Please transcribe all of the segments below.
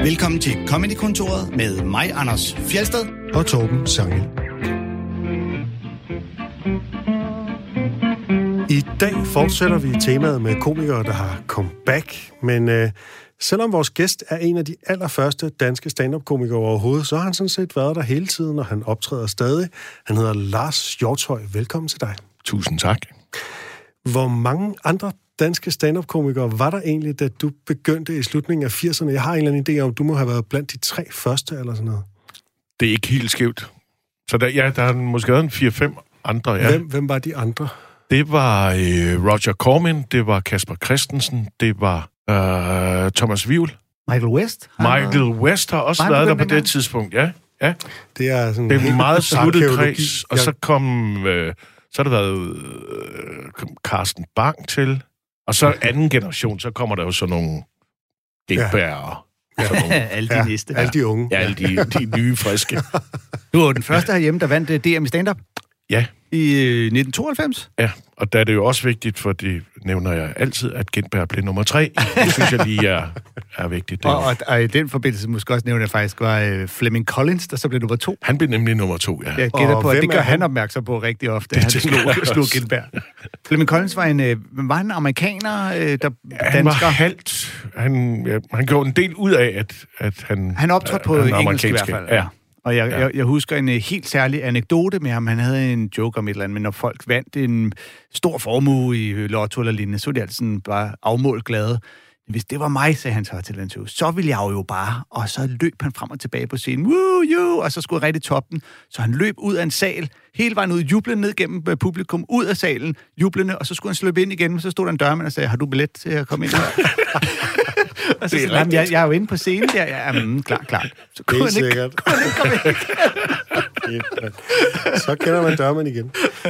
Velkommen til Comedy-kontoret med mig, Anders Fjeldsted og Torben Sangel. I dag fortsætter vi temaet med komikere, der har comeback, men selvom vores gæst er en af de allerførste danske stand-up-komikere overhovedet, så har han sådan set været der hele tiden, og han optræder stadig. Han hedder Lars Hjortshøj. Velkommen til dig. Tusind tak. Hvor mange andre danske stand-up-komikere var der egentlig, da du begyndte i slutningen af 80'erne? Jeg har en eller anden idé om, du må have været blandt de 3 første eller sådan noget. Det er ikke helt skævt. Så der har måske været en 4-5 andre, ja. Hvem var de andre? Det var Roger Corman, det var Kasper Christensen, det var Thomas Wivel. Michael West? Michael West har også været der på det tidspunkt, ja. Det er sådan det er en meget sluttet kreds, og så kom... så har det været Carsten Bang til, og så anden generation, så kommer der jo sådan nogle Gækberg alle de næste. Alle de unge. Ja, alle de nye, friske. Du var den første herhjemme, der vandt DM i stand-up. Ja. I 1992. Ja, og der er det jo også vigtigt, for det nævner jeg altid, at Gintberg blev nummer 3. Det synes jeg lige er vigtigt. Og i den forbindelse måske også nævne, at det faktisk var Flemming Collins, der så blev nummer 2. Han blev nemlig nummer 2, ja. Jeg gætter på, at det gør han opmærksom på rigtig ofte, at han slog Gintberg. Flemming Collins var en amerikaner, der dansker. Han var halvt. Han gjorde en del ud af, at han optrådte på engelsk i hvert fald. Ja. Og jeg husker en helt særlig anekdote med ham. Han havde en joke om et eller andet, men når folk vandt en stor formue i Lotto eller lignende, så var de altid sådan bare afmålt glade. Hvis det var mig, sagde han så til den show, så ville jeg jo bare. Og så løb han frem og tilbage på scenen. Woo, you! Og så skulle jeg rigtig toppe den. Så han løb ud af en sal, hele vejen ud, jublende ned gennem publikum, ud af salen, jublende, og så skulle han sløbe ind igen, og så stod der en dørmand og sagde, har du billet til at komme ind her? Og så sagde jeg er jo inde på scenen der. Klart. Så kunne han ikke komme ind. Så kender man dørmand igen.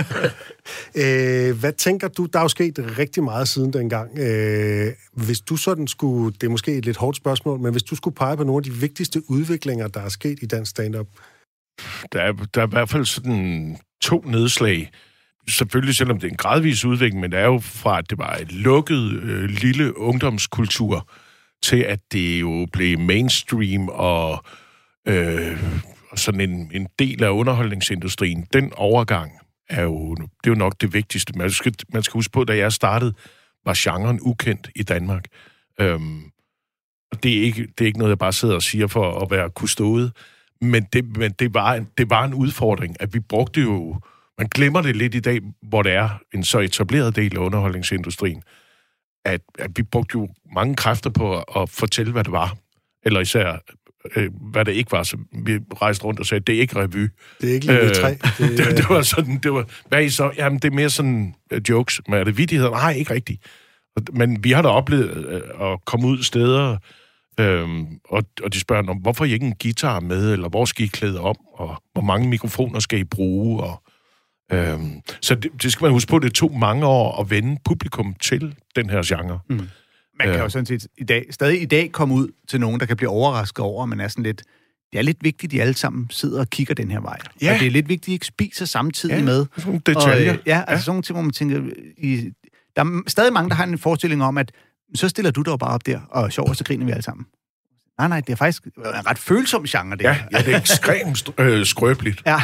Hvad tænker du? Der er jo sket rigtig meget siden dengang. Hvis du sådan skulle, det er måske et lidt hårdt spørgsmål, men hvis du skulle pege på nogle af de vigtigste udviklinger, der er sket i dansk stand-up? Der er i hvert fald sådan 2 nedslag. Selvfølgelig, selvom det er en gradvis udvikling, men det er jo fra, at det var et lukket lille ungdomskultur, til at det jo blev mainstream og sådan en del af underholdningsindustrien. Den overgang det er jo nok det vigtigste. Man skal huske på, da jeg startede, var genren ukendt i Danmark. Og det er ikke noget, jeg bare sidder og siger for at være kustode, men det var en udfordring, at vi brugte jo... Man glemmer det lidt i dag, hvor det er en så etableret del af underholdningsindustrien, at vi brugte jo mange kræfter på at fortælle, hvad det var. Eller især, hvad det ikke var. Så vi rejste rundt og sagde, det er ikke revy. Det er ikke lige 3. Det var sådan, hvad er I så? Jamen, det er mere sådan jokes. Men er det vittigheder? Nej, ikke rigtigt. Men vi har da oplevet at komme ud steder, og de spørger, hvorfor er I ikke en guitar med, eller hvor skal I klæde om, og hvor mange mikrofoner skal I bruge, og så det skal man huske på, det tog mange år at vende publikum til den her genre. Man kan jo sådan set stadig i dag komme ud til nogen, der kan blive overrasket over, men er sådan lidt, det er lidt vigtigt, at de alle sammen sidder og kigger den her vej. Ja. Og det er lidt vigtigt, at de ikke spiser samtidig med. Sådan detaljer. Og, sådan nogle ting, hvor man tænker, der er stadig mange, der har en forestilling om, at så stiller du dig bare op der, og sjov, og så griner vi alle sammen. Nej, det er faktisk en ret følsom genre, det her. Ja, det er ekstremt skrøbeligt. Ja.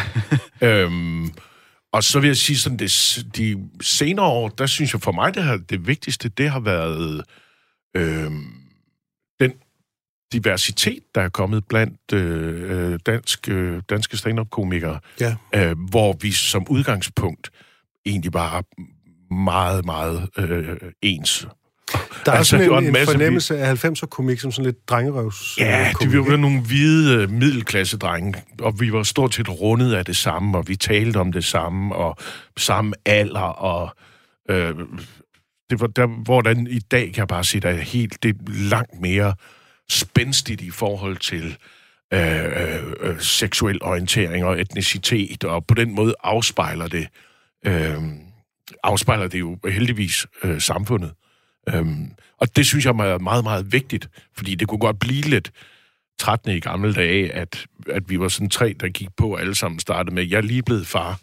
Og så vil jeg sige, sådan de senere år, der synes jeg for mig, det vigtigste, det har været den diversitet, der er kommet blandt danske stand-up-komikere, hvor vi som udgangspunkt egentlig var meget, meget ens. Der er sådan en fornemmelse af 90'er-komik som sådan lidt drengerøvs. Ja, det var nogle hvide middelklasse-drenge, og vi var stort set rundet af det samme, og vi talte om det samme, og samme alder, og det var der, hvordan i dag kan jeg bare sige, at det er langt mere spændstigt i forhold til seksuel orientering og etnicitet, og på den måde afspejler det jo heldigvis samfundet. Og det synes jeg er meget, meget vigtigt, fordi det kunne godt blive lidt trættende i gamle dage, at vi var sådan 3, der gik på, alle sammen startede med, jeg er lige blevet far.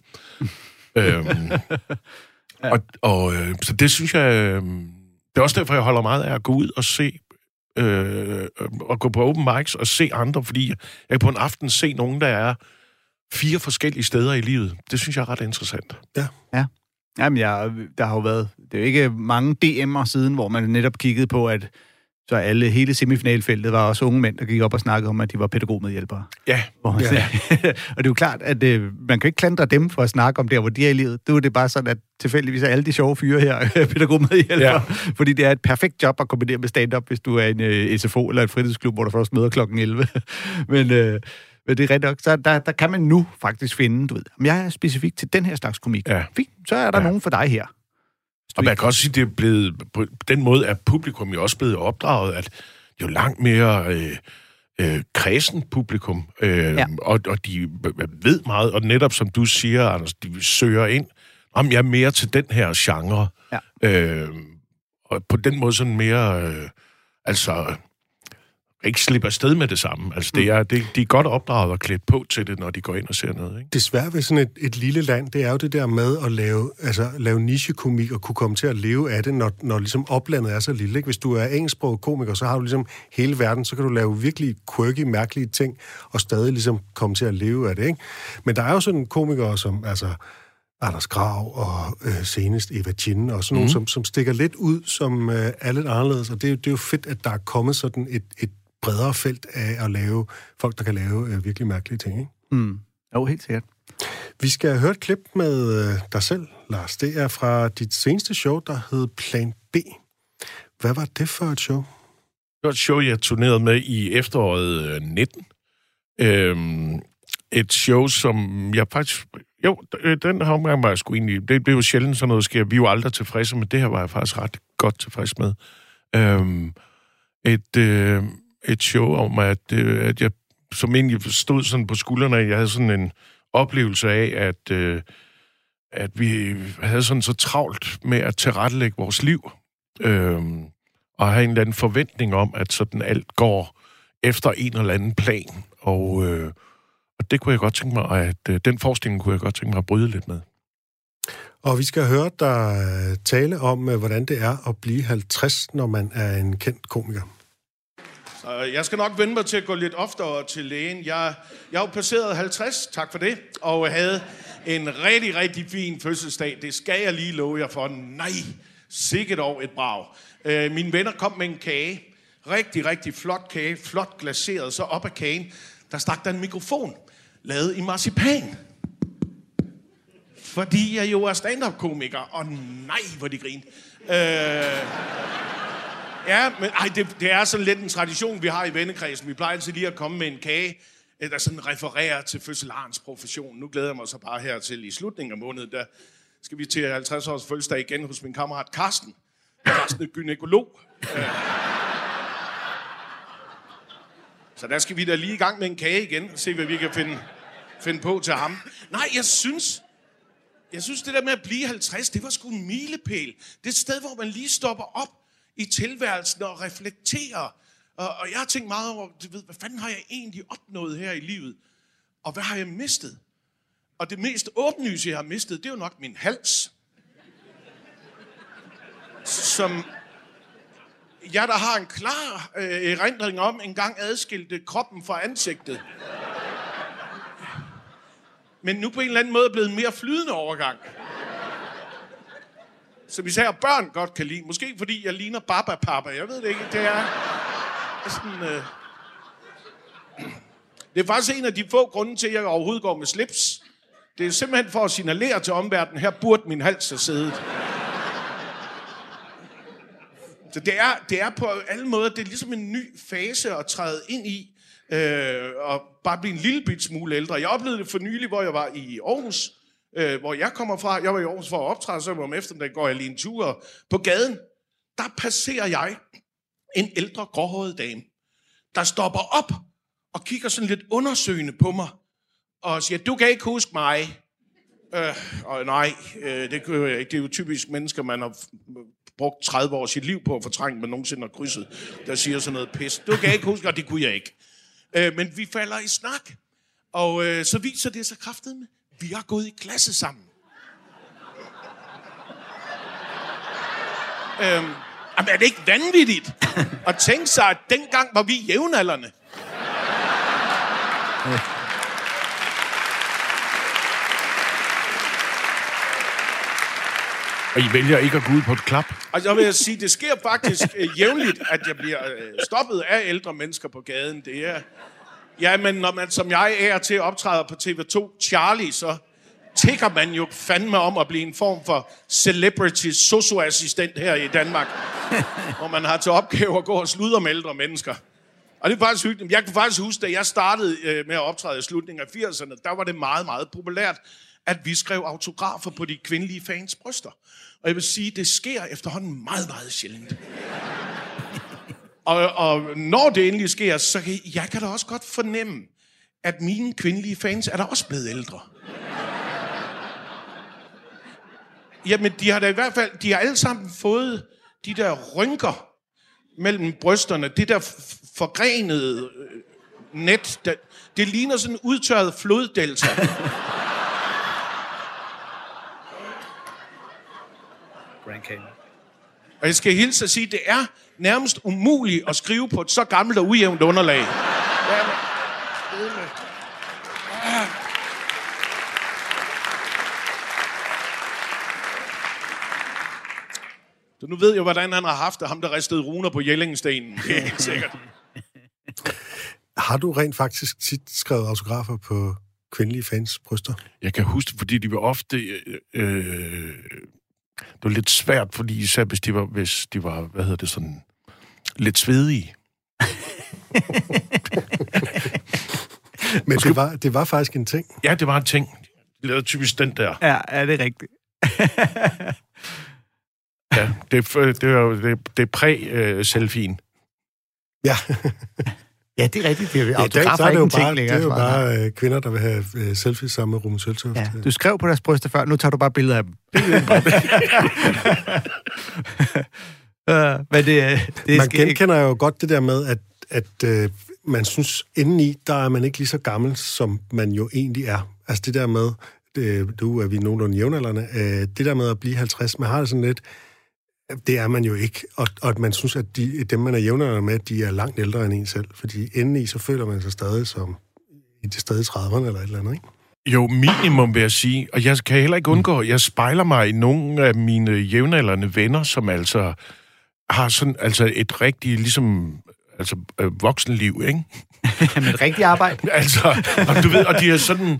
Så det synes jeg, det er også derfor, jeg holder meget af at gå ud og se at gå på open mics og se andre, fordi jeg kan på en aften se nogen, der er 4 forskellige steder i livet. Det synes jeg er ret interessant. Ja. Jamen, der har jo været... Det er jo ikke mange DM'er siden, hvor man netop kiggede på, at så hele semifinalfeltet var også unge mænd, der gik op og snakkede om, at de var pædagogmedhjælpere. Ja. Og det er jo klart, at man kan ikke klandre dem for at snakke om der, hvor de er i livet. Det er jo det bare sådan, at tilfældigvis er alle de sjove fyre her pædagogmedhjælpere. Ja. Fordi det er et perfekt job at kombinere med stand-up, hvis du er en SFO eller et fritidsklub, hvor du først møder klokken 11. Men det er rigtig nok. Så der kan man nu faktisk finde, du ved, om jeg er specifik til den her slags komik. Ja. Fint, så er der nogen for dig her. Og man kan også sige, at det er blevet, på den måde er publikum jo også blevet opdraget, at det er jo langt mere kredsen publikum, og de ved meget, og netop som du siger, Anders, de søger ind, om jeg er mere til den her genre. Ja. Og på den måde sådan mere, ikke slipper afsted med det samme. Altså, de er godt opdraget og klædt på til det, når de går ind og ser noget. Ikke? Det svære ved sådan et lille land, det er jo det der med at lave nichekomik og kunne komme til at leve af det, når ligesom oplandet er så lille. Ikke? Hvis du er engelsksproget komiker, så har du ligesom hele verden, så kan du lave virkelig quirky, mærkelige ting, og stadig ligesom komme til at leve af det. Ikke? Men der er jo sådan komikere, som Anders Grav og senest Eva Jin, og sådan nogle, som stikker lidt ud, som er lidt anderledes. Og det er jo fedt, at der er kommet sådan et bredere felt af at lave folk, der kan lave virkelig mærkelige ting, ikke? Jo, helt sikkert. Vi skal høre et klip med dig selv, Lars. Det er fra dit seneste show, der hed Plan B. Hvad var det for et show? Det var et show, jeg turnerede med i efteråret 19. Et show, som jeg faktisk... Jo, den her omgang var jeg sgu egentlig... Det blev jo sjældent sådan noget sker. Vi er jo aldrig tilfredse, men det her var jeg faktisk ret godt tilfreds med. Et show om, at jeg som egentlig stod sådan på skuldrene, jeg havde sådan en oplevelse af, at vi havde sådan så travlt med at tilrettelægge vores liv, og have en eller anden forventning om, at sådan alt går efter en eller anden plan, og det kunne jeg godt tænke mig, at den forestilling kunne jeg godt tænke mig at bryde lidt med. Og vi skal høre dig tale om, hvordan det er at blive 50, når man er en kendt komiker. Jeg skal nok vende mig til at gå lidt oftere til lægen. Jeg har jo passeret 50, tak for det, og havde en rigtig, rigtig fin fødselsdag. Det skal jeg lige love jer for. Nej, sikkert over et brag. Mine venner kom med en kage. Rigtig, rigtig flot kage. Flot glaseret. Så op ad kagen, der stak der en mikrofon, lavet i marcipan. Fordi jeg jo er stand-up-komiker. Og nej, hvor de grinte. Ja, men det er sådan lidt en tradition, vi har i vennekredsen. Vi plejer altid lige at komme med en kage, der sådan refererer til fødselarens profession. Nu glæder jeg mig så bare her til i slutningen af måneden, der skal vi til 50 års fødselsdag igen hos min kammerat Carsten. Carsten er gynækolog. Så der skal vi da lige i gang med en kage igen, og se hvad vi kan finde på til ham. Nej, jeg synes det der med at blive 50, det var sgu en milepæl. Det er et sted, hvor man lige stopper op i tilværelsen og reflekterer. Og jeg har tænkt meget over, hvad fanden har jeg egentlig opnået her i livet? Og hvad har jeg mistet? Og det mest åbenlyse, jeg har mistet, det er jo nok min hals. Som jeg, der har en klar erindring om, engang adskilte kroppen fra ansigtet. Men nu på en eller anden måde er blevet en mere flydende overgang. Som især børn godt kan lide. Måske fordi jeg ligner Baba-Papa. Jeg ved det ikke. Det er sådan... Det er faktisk en af de få grunde til, at jeg overhovedet går med slips. Det er simpelthen for at signalere til omverdenen, her burde min hals have siddet. Så det er på alle måder, det er ligesom en ny fase at træde ind i. Og bare blive en lille bit smule ældre. Jeg oplevede det for nylig, hvor jeg var i Aarhus. Hvor jeg kommer fra. Jeg var i Aarhus for at optræde, så om eftermiddagen går jeg lige en tur på gaden. Der passerer jeg en ældre gråhåret dame, der stopper op og kigger sådan lidt undersøgende på mig og siger, du kan ikke huske mig. Og nej, det kan jeg ikke. Det er jo typisk mennesker, man har brugt 30 år af sit liv på at fortrænge, man nogensinde har krydset, der siger sådan noget pis. Du kan ikke huske, og det kunne jeg ikke. Men vi falder i snak, og så viser det sig kraftedeme. Vi har gået i klasse sammen. Jamen, er det ikke vanvittigt? Og tænk sig, at dengang var vi jævnaldrende. Og I vælger ikke at gå ud på et klap? Altså, jeg vil sige, det sker faktisk jævnligt, at jeg bliver stoppet af ældre mennesker på gaden. Det er... Ja, men når man som jeg er til optræder på TV2 Charlie, så tigger man jo fandme om at blive en form for celebrity socioassistent her i Danmark. Hvor man har til opgave at gå og sludre med ældre mennesker. Og det er faktisk hyggeligt. Jeg kan faktisk huske, da jeg startede med at optræde i slutningen af 80'erne, der var det meget, meget populært, at vi skrev autografer på de kvindelige fans bryster. Og jeg vil sige, det sker efterhånden meget, meget sjældent. Og når det endelig sker, så kan jeg da også godt fornemme, at mine kvindelige fans er der også blevet ældre. Jamen, de har da i hvert fald, de har alle sammen fået de der rynker mellem brysterne, det der forgrenede net, det ligner sådan en udtørret floddelta. Grand Canyon. Og jeg skal hilse at sige, at det er nærmest umuligt at skrive på et så gammelt og ujævnt underlag. Så nu ved jeg, hvordan han har haft det, ham der ristede runer på Jellingstenen. Det er helt sikkert. Har du rent faktisk tit skrevet autografer på kvindelige fans bryster? Jeg kan huske det, fordi de var ofte... det var lidt svært, fordi især hvis de var hvad hedder det, sådan lidt svedige. Men det var faktisk en ting. Ja, det var en ting. Det lavede typisk den der. Ja, er det rigtigt? Ja, det er præ-selfien. Ja. Ja, det er rigtigt. Det er autografer er ikke en ting længere. Det er jo bare kvinder, der vil have selfies sammen med Ruben Søltoft. Ja, du skrev på deres bryster før, nu tager du bare billeder af dem. Men man genkender jo godt det der med, at man synes, indeni, der er man ikke lige så gammel, som man jo egentlig er. Altså det der med, du er vi nogenlunde jævnaldrende, det der med at blive 50, man har det sådan lidt, det er man jo ikke. Og at man synes, at dem, man er jævnaldrende med, de er langt ældre end en selv. Fordi indeni, så føler man sig stadig som i det stadig 30'erne eller et eller andet, ikke? Jo, minimum vil jeg sige. Og jeg kan heller ikke undgå, jeg spejler mig i nogle af mine jævnaldrende venner, som altså har sådan et rigtigt, ligesom, voksenliv, ikke? Med et rigtigt arbejde. Og du ved, og de er sådan,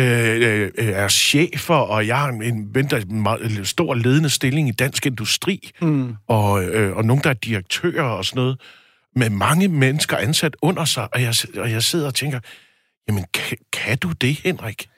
er chefer, og jeg har en ven, der er en meget stor ledende stilling i dansk industri, og nogen, der er direktører og sådan noget, med mange mennesker ansat under sig, og jeg sidder og tænker, jamen, kan du det, Henrik?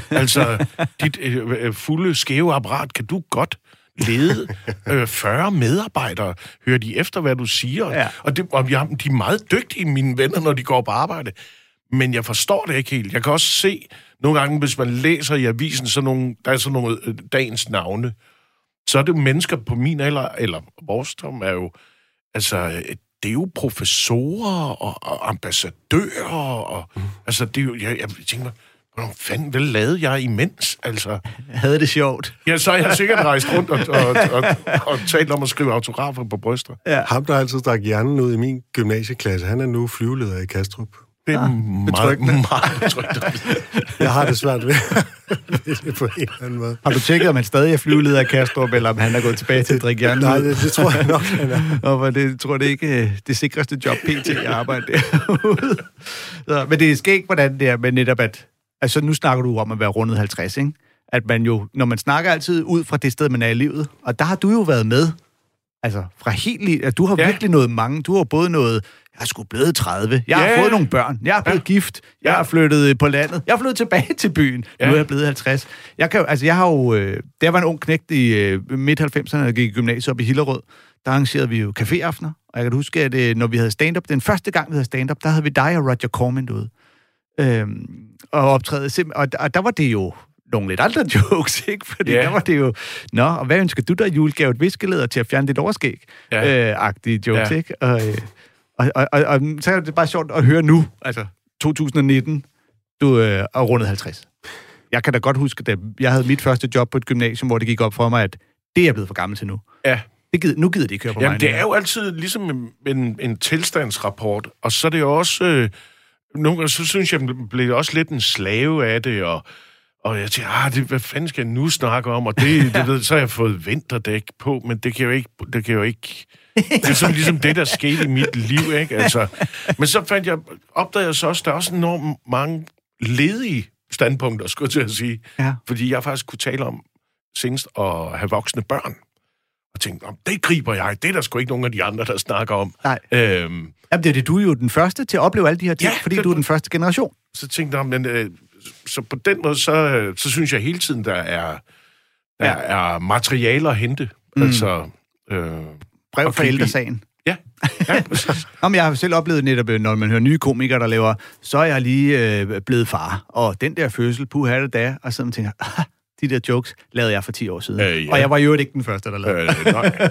Dit fulde skæve apparat, kan du godt lede 40 medarbejdere? Hører de efter, hvad du siger? Ja. Og de er meget dygtige, mine venner, når de går på arbejde. Men jeg forstår det ikke helt. Jeg kan også se, nogle gange, hvis man læser i avisen, der er sådan nogle dagens navne, så er det jo mennesker på min alder, eller vores, som er jo, det er jo professorer og ambassadører, og det er jo, jeg tænker, hvordan fanden, hvad lavede jeg imens, Havde det sjovt. Ja, så har jeg sikkert rejst rundt og talt om at skrive autografer på bryster. Ja. Ham, der altid drak hjernen ud i min gymnasieklasse, han er nu flyveleder i Kastrup. Det er meget betryggende. Jeg har det svært ved det på en eller anden måde. Har du tjekket, om han stadig er flyveleder i Kastrup, eller om han er gået tilbage til at drikke hjernen? Nej, det tror jeg nok, han er. Og det tror det ikke det sikreste job PT at arbejde derude. Så, men det er skægt, hvordan det er med netop at... nu snakker du om at være rundet 50, ikke? At man jo, når man snakker altid ud fra det sted, man er i livet, og der har du jo været med, fra helt at du har virkelig nået mange, du har både nået, jeg er sgu blevet 30, jeg har fået nogle børn, jeg er blevet gift, jeg har flyttet på landet, jeg har flyttet tilbage til byen, nu er jeg blevet 50. Jeg har jo, der var en ung knægt i midt-90'erne, der gik i gymnasiet op i Hillerød, der arrangerede vi jo caféaftener, og jeg kan huske, at når vi havde stand-up, den første gang, vi havde stand-up, der havde vi dig og Roger Corman ude. Og optræde, og der var det jo nogle lidt andre jokes, ikke? Fordi der var det jo, og hvad ønsker du der julegave? Et viskeleder til at fjerne dit overskæg? Agtige jokes, ikke? Og så er det bare sjovt at høre nu, 2019, du er rundet 50. Jeg kan da godt huske, at jeg havde mit første job på et gymnasium, hvor det gik op for mig, at det er blevet for gammel til nu. Ja. Nu gider de ikke høre på mig. Jamen, det er jo altid ligesom en tilstandsrapport, og så er det jo også... nogle gange, så synes jeg, jeg blev også lidt en slave af det, og jeg tænker, hvad fanden skal jeg nu snakke om? Og så har jeg fået vinterdæk på, men det kan jo ikke... Det er sådan ligesom det, der skete i mit liv, ikke? Altså, men så opdagede jeg så også, der er også enormt mange ledige standpunkter, skulle jeg til at sige. Ja. Fordi jeg faktisk kunne tale om senest at have voksne børn. Og tænkte, det griber jeg. Det er der sgu ikke nogen af de andre, der snakker om. Nej. Jamen, du er jo den første til at opleve alle de her ting, fordi du er den første generation. Så tænkte jeg, så på den måde, så synes jeg hele tiden, der er materialer at hente. Altså... brev fra ældresagen. Ja, præcis. Jamen, jeg har selv oplevet netop, når man hører nye komikere, der laver, så er jeg lige blevet far, og den der fødsel, puha det da, og så tænker jeg, de der jokes lavede jeg for 10 år siden. Ja. Og jeg var jo ikke den første, der lavede nej.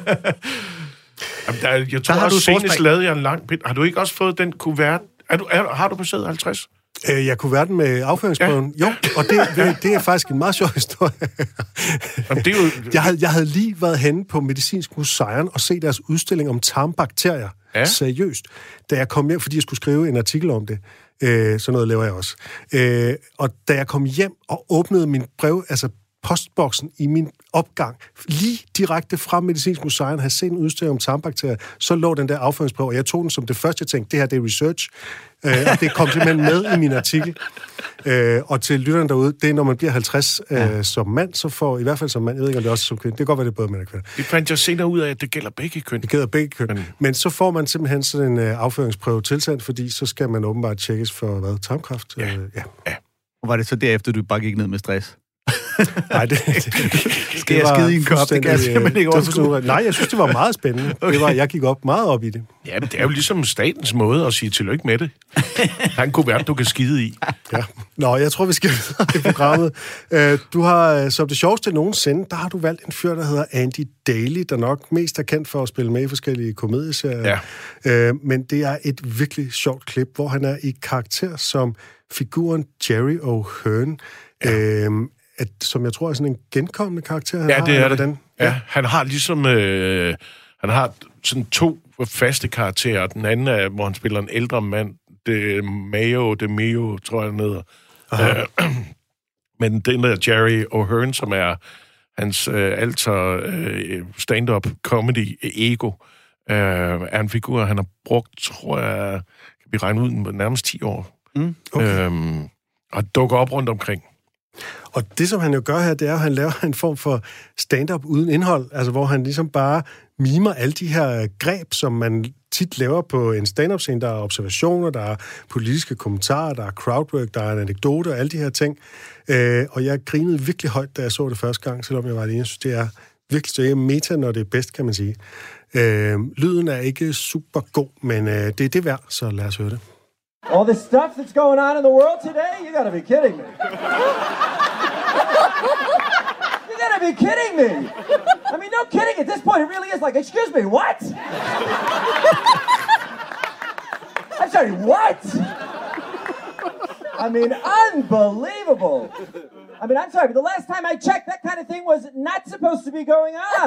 Jamen, jeg tror også, senest lavede jeg en lang pind. Har du ikke også fået den kuvert? Har du passeret 50? Jeg kunne være den med afføringsprøven. Ja. Jo, og det er faktisk en meget sjov historie. Jamen, det er jo... jeg havde lige været henne på Medicinsk Museum og set deres udstilling om tarmbakterier. Ja. Seriøst. Da jeg kom hjem, fordi jeg skulle skrive en artikel om det. Sådan noget laver jeg også. Og da jeg kom hjem og åbnede min brev, altså postboksen i min opgang, lige direkte fra Medicinsk Museum, havde set en udstilling om tarmbakterier, så lå den der afføringsprøve, og jeg tog den som det første, jeg tænkte, det her, det er research, og det kom simpelthen med i min artikel. Og til lytterne derude, det er, når man bliver 50 som mand, så får, i hvert fald som mand, jeg ved ikke, om det er også som kvinde, det kan godt være, det er både mænd og kvinder. Det fandt jeg senere ud af, at det gælder begge køn. Det gælder begge køn. Men så får man simpelthen sådan en afføringsprøve tilsendt, fordi så skal man åbenbart tjekkes for, tarmkræft. Ja. Og var det så derefter, du bare gik ned med stress? Nej, skal jeg skide i en kop? Det kan jeg simpelthen ikke overskue. Nej, jeg synes, det var meget spændende. Okay. Jeg gik meget op i det. Ja, men det er jo ligesom statens måde at sige tillykke med det. Der er en kuvert, du kan skide i. Ja. Nå, jeg tror, vi skal videre i programmet. Du har, som det sjoveste nogensinde, der har du valgt en fyr, der hedder Andy Daly, der nok mest er kendt for at spille med i forskellige komedieserier. Ja. Men det er et virkelig sjovt klip, hvor han er i karakter som figuren Jerry O'Hearn. Ja. Som jeg tror er sådan en genkommende karakter, han har. Det er det. Ja, han har ligesom... han har sådan 2 faste karakterer. Den anden er, hvor han spiller en ældre mand. Det er Mayo, tror jeg, han hedder. Men den der Jerry O'Hearn, som er hans alter stand-up comedy ego, er en figur, han har brugt, tror jeg, kan vi regne ud, nærmest 10 år. Okay. Og dukker op rundt omkring. Og det, som han jo gør her, det er, at han laver en form for stand-up uden indhold, altså hvor han ligesom bare mimer alle de her greb, som man tit laver på en stand-up-scene. Der er observationer, der er politiske kommentarer, der er crowdwork, der er en anekdote og alle de her ting. Og jeg grinede virkelig højt, da jeg så det første gang, selvom jeg var alene. Jeg synes, det er virkelig meta, når det er bedst, kan man sige. Lyden er ikke super god, men det er det værd, så lad os høre det. All the stuff that's going on in the world today? You gotta be kidding me. You gotta be kidding me. I mean, no kidding. At this point, it really is like, excuse me, what? I'm sorry, what? I mean, unbelievable. I mean, I'm sorry, but the last time I checked, that kind of thing was not supposed to be going on.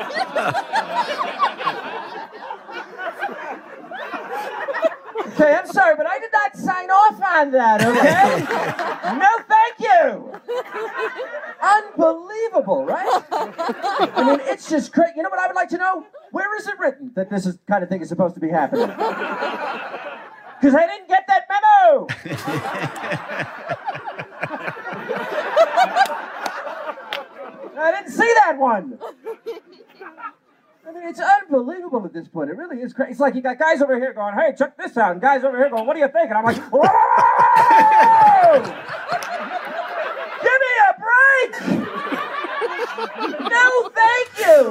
Okay, I'm sorry, but I did not sign off on that, okay? No, thank you! Unbelievable, right? I mean, it's just crazy. You know what I would like to know? Where is it written that this is kind of thing is supposed to be happening? Because I didn't get that memo! I didn't see that one! I mean, it's unbelievable at this point. It really is crazy. It's like you got guys over here going, hey, check this out. And guys over here going, what do you think? And I'm like, whoa! Give me a break! No, thank you!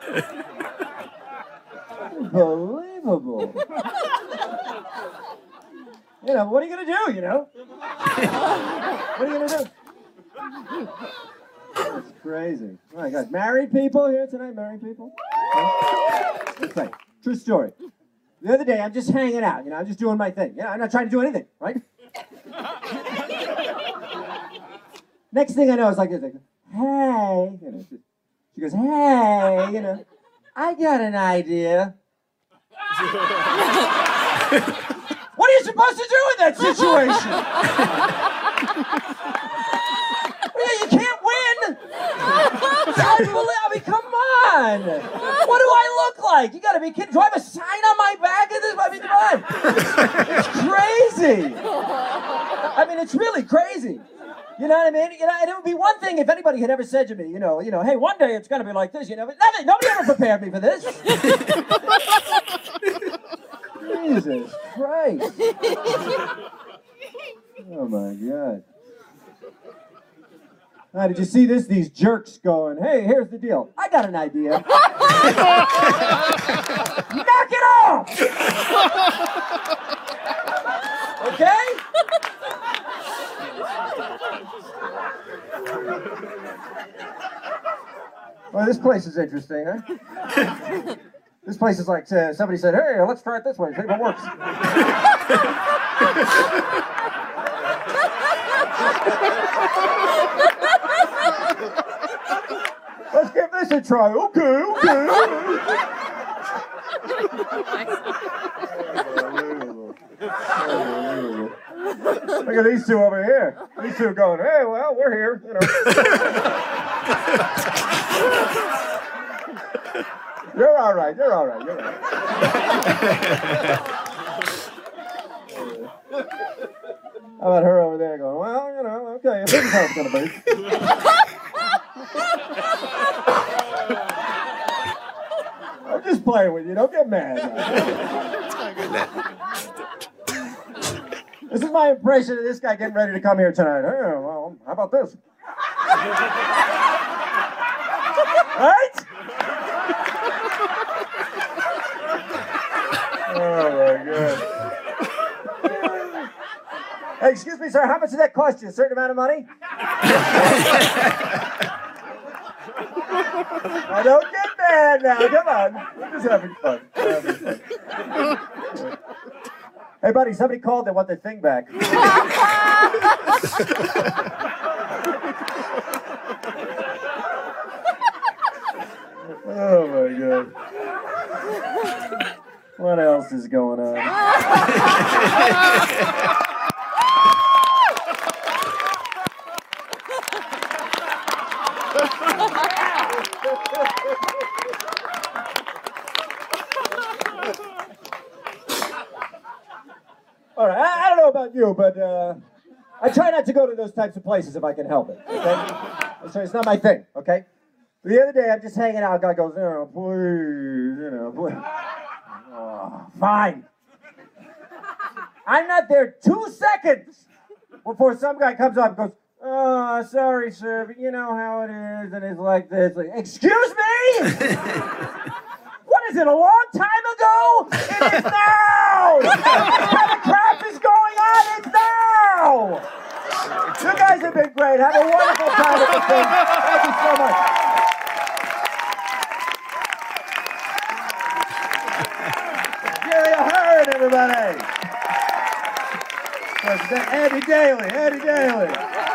Unbelievable. You know, what are you going to do, you know? What are you going to do? That's crazy. Oh my God. Married people here tonight? Married people? That's right. True story. The other day, I'm just hanging out. You know, I'm just doing my thing. I'm not trying to do anything, right? Next thing I know, it's like this. Like, hey. You know, she goes, hey. You know, I got an idea. What are you supposed to do in that situation? You can't win. I mean, come on. What do I look like? You gotta be kidding. Do I have a sign on my back of this? I mean, come on. It's crazy. I mean, it's really crazy. You know what I mean? You know, and it would be one thing if anybody had ever said to me, you know, hey, one day it's gonna be like this, you know, but nothing, nobody ever prepared me for this. Jesus Christ. Oh my God. Did you see this? These jerks going, hey, here's the deal. I got an idea. Knock it off! Okay? Well, this place is interesting, huh? This place is like, somebody said, hey, let's try it this way, see if it works. Let's give this a try. Okay. Look at these two over here. These two going, hey, well, we're here, you know. You're all right. How about her over there going, well, you know, okay, this is how it's going to be. I'm just playing with you. Don't get mad. This is my impression of this guy getting ready to come here tonight. Hey, well, how about this? Right? Oh, my God. Hey, excuse me, sir, how much did that cost you? A certain amount of money? Now, don't get mad now. Come on. We're just having fun. Hey, buddy, somebody called. They want their thing back. Oh, my God. What else is going on? All right, I don't know about you, but I try not to go to those types of places if I can help it, okay? So it's not my thing, okay? The other day, I'm just hanging out, guy goes, please. Oh, fine. I'm not there 2 seconds before some guy comes up and goes, oh, sorry, sir, but you know how it is, and it's like this. Like, excuse me? What is it, a long time ago? It is now! What kind of crap is going on? It's now! You guys have been great. Have a wonderful time at the thing. Thank you so much. Gary Ahern, everybody. Andy Daly.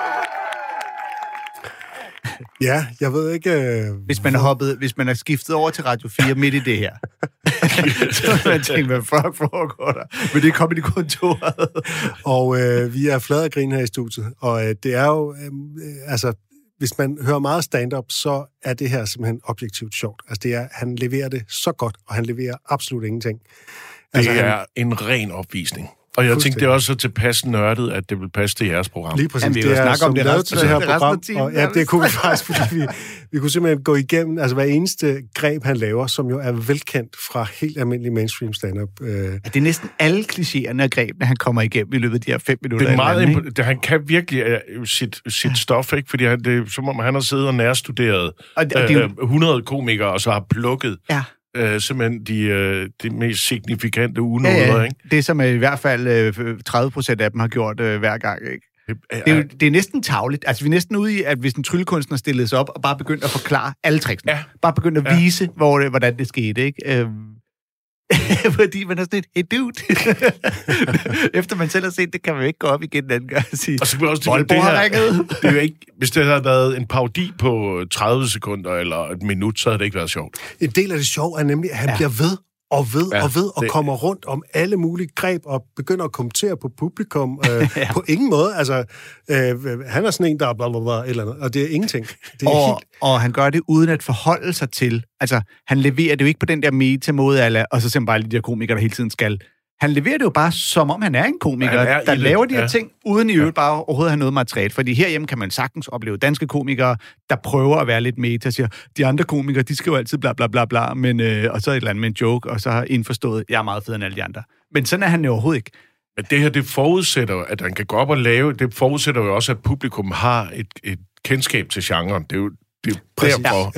Ja, jeg ved ikke... Hvis man er skiftet over til Radio 4 midt i det her, så har man tænkt, hvad fuck foregår der? Men det er Comedy-kontoret. Og vi er flade af grin her i studiet, og det er jo... hvis man hører meget stand-up, så er det her simpelthen objektivt sjovt. Altså, han leverer det så godt, og han leverer absolut ingenting. Altså, det er en ren opvisning. Og jeg tænkte, det er også så tilpas nørdet, at det vil passe til jeres program. Lige præcis. Jamen, vi vil snakke om det til det her program. Og, ja, det kunne vi faktisk, fordi vi kunne simpelthen gå igennem, altså hver eneste greb, han laver, som jo er velkendt fra helt almindelig mainstream stand-up. Det er næsten alle klichéerne og grebene, han kommer igennem i løbet af de her 5 minutter. Det er meget han kan virkelig sit stof, ikke? Fordi det er som om, han har siddet og nærstuderet 100 komikere, og så har plukket... Ja. Simpelthen de mest signifikante unåder, ikke? Det som i hvert fald 30% af dem har gjort hver gang, ikke? Det er næsten tarveligt. Altså, vi er næsten ude i, at hvis en tryllekunstner stillede sig op og bare begyndte at forklare alle tricksene. Ja. Bare begyndte at vise, hvordan det skete, ikke? Fordi man er sådan et, hey dude. Efter man selv har set det, kan man jo ikke gå op igen den anden gang og sige, og så også Voldborg har ringet. Det er jo ikke, hvis det havde været en parodi på 30 sekunder eller et minut, så havde det ikke været sjovt. En del af det sjov er nemlig, at han bliver ved og kommer rundt om alle mulige greb og begynder at kommentere på publikum på ingen måde. Altså, han er sådan en, der er blablabla eller andet, og det er ingenting. Det er og han gør det uden at forholde sig til. Altså, han leverer det jo ikke på den der meta-måde, og så simpelthen bare de der komikere, der hele tiden skal. Han leverer det jo bare, som om han er en komiker, der laver de her ting, uden i øvrigt bare overhovedet have noget materiale. Fordi herhjemme kan man sagtens opleve danske komikere, der prøver at være lidt meta, siger, de andre komikere, de skriver altid bla bla bla bla, men, og så et eller andet med en joke, og så har indforstået, jeg er meget federe end alle de andre. Men sådan er han jo overhovedet ikke. Men det her, det forudsætter, at han kan gå op og lave, det forudsætter jo også, at publikum har et kendskab til genren. Det er jo derfor,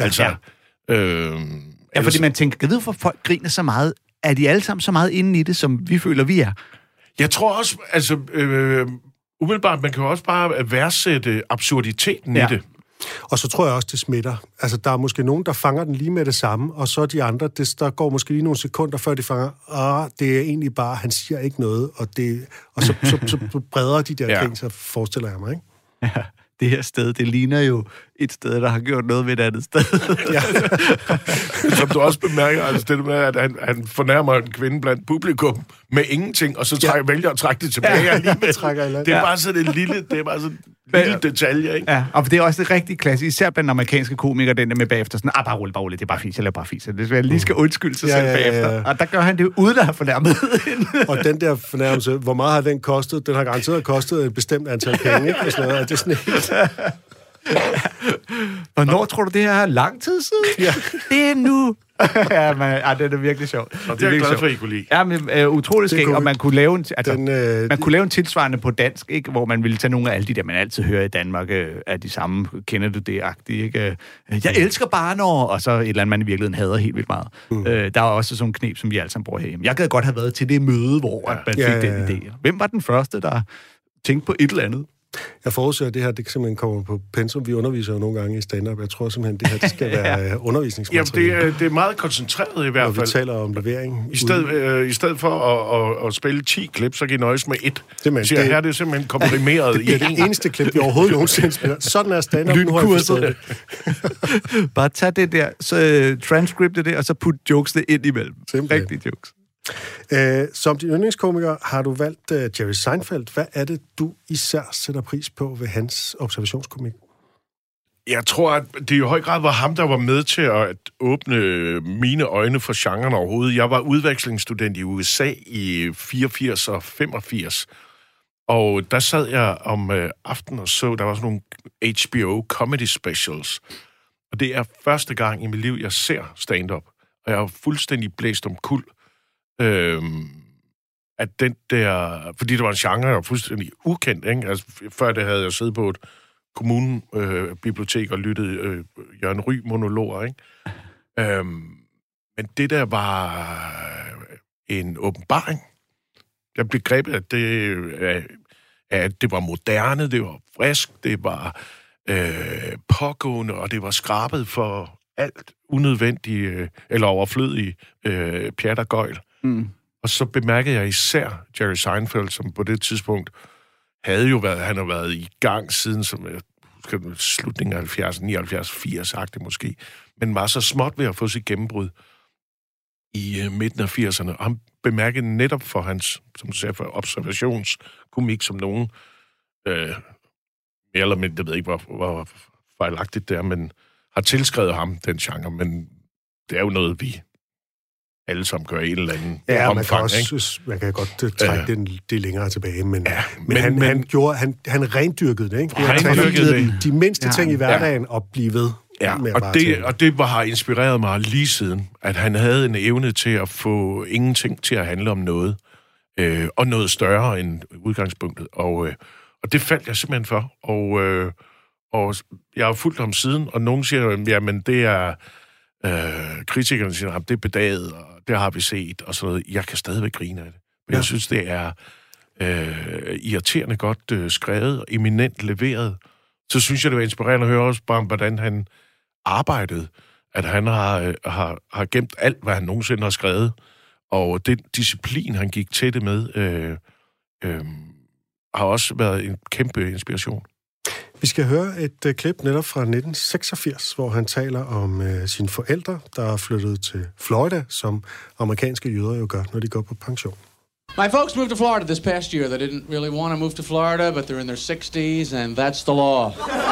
fordi man tænker, jeg ved, hvorfor folk griner så meget. Er de alle sammen så meget inde i det, som vi føler, vi er? Jeg tror også, altså, umiddelbart, man kan jo også bare værdsætte absurditeten i det. Og så tror jeg også, det smitter. Altså, der er måske nogen, der fanger den lige med det samme, og så de andre, der går måske lige nogle sekunder, før de fanger, det er egentlig bare, han siger ikke noget, og så breder de der ting, så forestiller jeg mig, ikke? Ja. Det her sted, det ligner jo et sted, der har gjort noget ved et andet sted. Ja. Som du også bemærker, altså det med, at han fornærmer en kvinde blandt publikum med ingenting, og så vælger at trække det tilbage alligevel. Det er bare sådan en lille, detalje, ikke? Ja, og det er også det rigtig klassisk, især blandt amerikanske komikere, den der med bagefter sådan, bare rolig, det er bare fis, jeg laver bare fis. Det er lige skal undskylde sig selv bagefter. Og der gør han det uden at have fornærmet hende. Og den der fornærmelse, hvor meget har den kostet? Den har garanteret kostet et bestemt antal penge, ikke? Og sådan noget. Det er sådan helt... Hvornår tror du, det her er lang tid siden? Ja. Det er nu. Det er virkelig sjovt. Og det er jeg glad for, I kunne lide. Ja, men utroligt skægt, og man kunne lave man kunne lave en tilsvarende på dansk, ikke? Hvor man ville tage nogle af alle de der, man altid hører i Danmark, af de samme, kender du det-agtige, ikke? Jeg elsker barnår, og så et eller andet, man i virkeligheden hader helt vildt meget. Der er også sådan en knep, som vi alle sammen bruger herhjemme. Jeg gad godt have været til det møde, hvor man fik den idé. Hvem var den første, der tænkte på et eller andet? Jeg forudser, at det her, det simpelthen kommer på pensum. Vi underviser jo nogle gange i stand-up. Jeg tror simpelthen, det her det skal være undervisningsmateriale. Jamen, det er meget koncentreret i hvert fald. Og vi taler om levering. I stedet for at spille 10 klip, så kan I nøjes med et. Simpelthen. Her er det simpelthen komprimeret i det er det eneste klip, vi overhovedet nogensinde spiller. Sådan er stand-up. Nu har jeg forstået det. Bare tag det der, så transcript det, og så put jokesene ind imellem. Rigtige jokes. Som din yndlingskomiker har du valgt Jerry Seinfeld. Hvad er det, du især sætter pris på ved hans observationskomik? Jeg tror, at det i høj grad var ham, der var med til at åbne mine øjne for genren overhovedet. Jeg var udvekslingsstudent i USA i 84 og 85, og der sad jeg om aftenen og så, der var sådan nogle HBO comedy specials, og det er første gang i mit liv, jeg ser stand-up, og jeg er fuldstændig blæst om kuld. At den der... Fordi det var en genre, der var fuldstændig ukendt, ikke? Altså, før det havde jeg siddet på et kommunebibliotek og lyttet Jørgen Ryg-monologer, ikke? Men det der var en åbenbaring. Jeg blev grebet, at det var moderne, det var frisk, det var pågående, og det var skrabet for alt unødvendigt eller overflødigt pjat og gøjl. Og så bemærkede jeg især Jerry Seinfeld, som på det tidspunkt han har været i gang siden, som jeg husker, slutningen af 70, 79, 80-agtigt måske, men var så småt ved at få sit gennembrud i midten af 80'erne. Og han bemærkede netop for hans, som du sagde, for observationskomik, som nogen, mere eller mindre, jeg ved ikke, hvor fejlagtigt det er, men har tilskrevet ham den genre, men det er jo noget, vi alle sammen gør i en eller anden omfang. Man kan godt trække det længere tilbage, men han rendyrkede det, ikke? Han de mindste ting i hverdagen og blive ved. Ja, og det har inspireret mig lige siden, at han havde en evne til at få ingenting til at handle om noget, og noget større end udgangspunktet. Og det faldt jeg simpelthen for, og jeg har fulgt ham siden, og nogen siger, jamen det er... kritikerne siger, at det er bedaget, og det har vi set, og sådan noget. Jeg kan stadigvæk grine af det. Men jeg synes, det er irriterende godt skrevet, og eminent leveret. Så synes jeg, det var inspirerende at høre også bare om, hvordan han arbejdede. At han har gemt alt, hvad han nogensinde har skrevet, Og den disciplin, han gik til det med, har også været en kæmpe inspiration. Vi skal høre et klip netop fra 1986, hvor han taler om sine forældre, der er flyttet til Florida, som amerikanske jøder jo gør, når de går på pension. My folks moved to Florida this past year. They didn't really want to move to Florida, but they're in their 60s, and that's the law.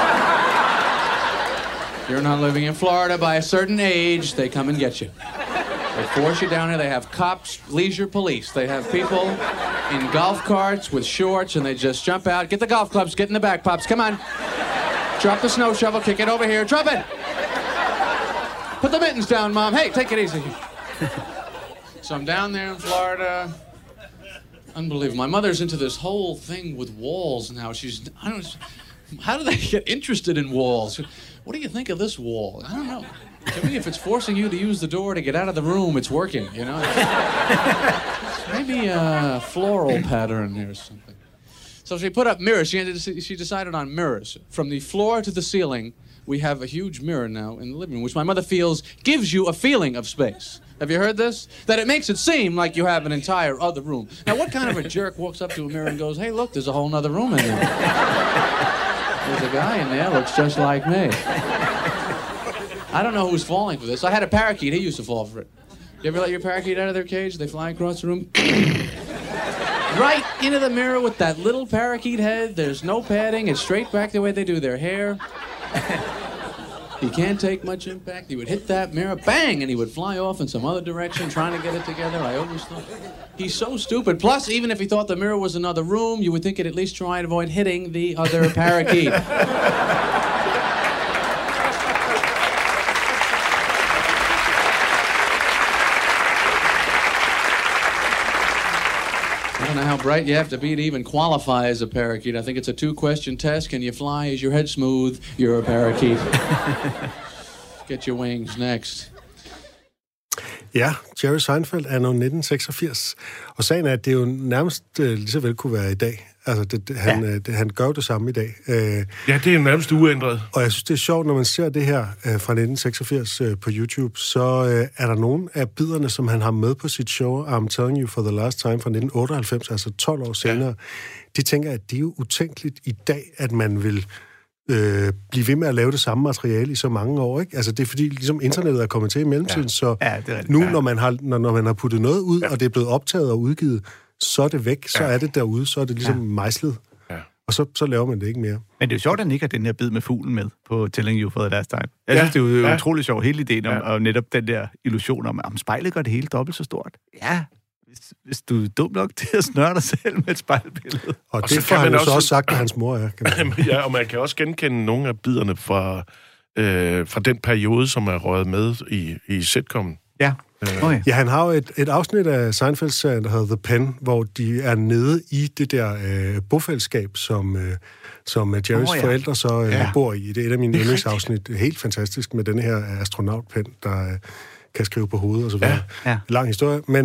You're not living in Florida by a certain age, they come and get you. They force you down here. They have cops, leisure police. They have people in golf carts with shorts, and they just jump out. Get the golf clubs, get in the back, Pops. Come on. Drop the snow shovel, kick it over here. Drop it. Put the mittens down, Mom. Hey, take it easy. So I'm down there in Florida. Unbelievable. My mother's into this whole thing with walls now. How do they get interested in walls? What do you think of this wall? I don't know. To me, if it's forcing you to use the door to get out of the room, it's working, you know? It's maybe a floral pattern or something. So she put up mirrors. She decided on mirrors. From the floor to the ceiling, we have a huge mirror now in the living room, which my mother feels gives you a feeling of space. Have you heard this? That it makes it seem like you have an entire other room. Now, what kind of a jerk walks up to a mirror and goes, hey, look, there's a whole nother room in there. There's a guy in there, looks just like me. I don't know who's falling for this. I had a parakeet. He used to fall for it. You ever let your parakeet out of their cage? They fly across the room. Right into the mirror with that little parakeet head. There's no padding. It's straight back the way they do their hair. He can't take much impact. He would hit that mirror, bang, and he would fly off in some other direction trying to get it together. I always thought, he's so stupid. Plus, even if he thought the mirror was another room, you would think he'd at least try and avoid hitting the other parakeet. I don't know how bright you have to be to even qualify as a parakeet. I think it's a 2-question test. Can you fly? Is your head smooth? You're a parakeet. Get your wings next. Ja, Jerry Seinfeld er nu 1986. Og sagen er, at det jo nærmest lige så vel kunne være i dag. Altså, han gør jo det samme i dag. Ja, det er nærmest uændret. Og jeg synes, det er sjovt, når man ser det her fra 1986 på YouTube, så er der nogle af biderne, som han har med på sit show, I'm Telling You for the Last Time fra 1998, altså 12 år senere. Ja. De tænker, at det er jo utænkeligt i dag, at man vil blive ved med at lave det samme materiale i så mange år, ikke? Altså, det er fordi, ligesom internettet er kommet til i mellemtiden, så nu, når man har puttet noget ud, og det er blevet optaget og udgivet, så er det væk, så er det derude, så er det ligesom mejslet. Ja. Og så laver man det ikke mere. Men det er jo sjovt, at han ikke har den her bid med fuglen med på Telling You for the Last Time. Jeg synes, det er jo utrolig sjovt, hele ideen om, og netop den der illusion om spejlet gør det hele dobbelt så stort. Ja, hvis du er dum nok til at snøre dig selv med et spejlbillede. Og det får han jo så også sagt, at hans mor er. Ja, og man kan også genkende nogle af biderne fra den periode, som er røget med i sitcomen. Ja. Ja, han har jo et afsnit af Seinfeld-serien, der hedder The Pen, hvor de er nede i det der bofællesskab, som Jerrys forældre så bor i. Det er et af mine yndlingsafsnit. Helt fantastisk med denne her astronautpen, der kan skrive på hovedet og så videre. Ja. Lang historie. Men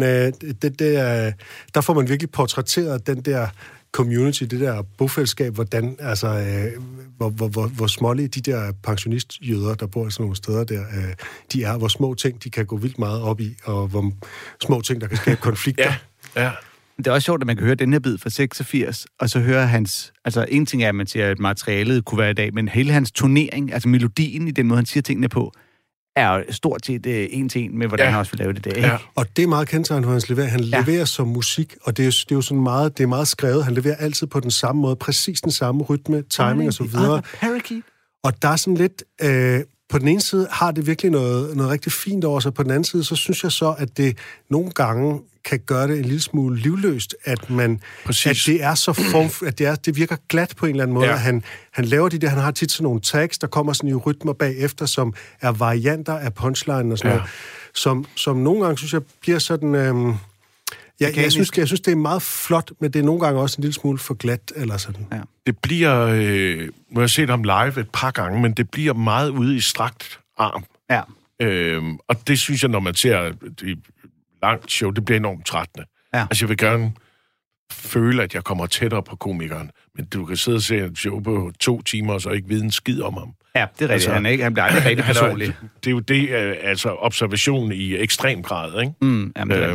der får man virkelig portrætteret den der community, det der bofællesskab, hvordan, altså, hvor smålige de der pensionistjøder, der bor i sådan nogle steder der, de er, hvor små ting, de kan gå vildt meget op i, og hvor små ting, der kan skabe konflikter. Ja. Det er også sjovt, at man kan høre den her bid fra 86, og så høre hans... Altså, en ting er, at man siger, at materialet kunne være i dag, men hele hans turnering, altså melodien i den måde, han siger tingene på, er stort set en til en med, hvordan han også vil lave det i dag. Ja. Og det er meget kendetegnet, hvor han leverer. Han leverer som musik, og det er jo sådan meget, det er meget skrevet. Han leverer altid på den samme måde, præcis den samme rytme, timing og så videre. Og der er sådan lidt... på den ene side har det virkelig noget rigtig fint over sig. På den anden side, så synes jeg så, at det nogle gange kan gøre det en lille smule livløst, at det er så at det virker glat på en eller anden måde. Ja. Han laver de der, han har tit sådan nogle tags, der kommer sådan i rytmer bagefter, som er varianter af punchline og sådan noget, som nogle gange, synes jeg, bliver sådan... Jeg synes, det er meget flot, men det er nogle gange også en lille smule for glat, eller sådan. Ja. Det bliver... nu har jeg set ham live et par gange, men det bliver meget ude i strakt arm. Ja. Og det synes jeg, når man ser et langt show, det bliver enormt trættende. Ja. Altså, jeg vil gerne føle, at jeg kommer tættere på komikeren, men du kan sidde og se et show på 2 timer, og så ikke vide en skid om ham. Ja, det er rigtigt. Altså, han bliver aldrig rigtig personlig. Det er jo det, altså observationen i ekstrem grad, ikke?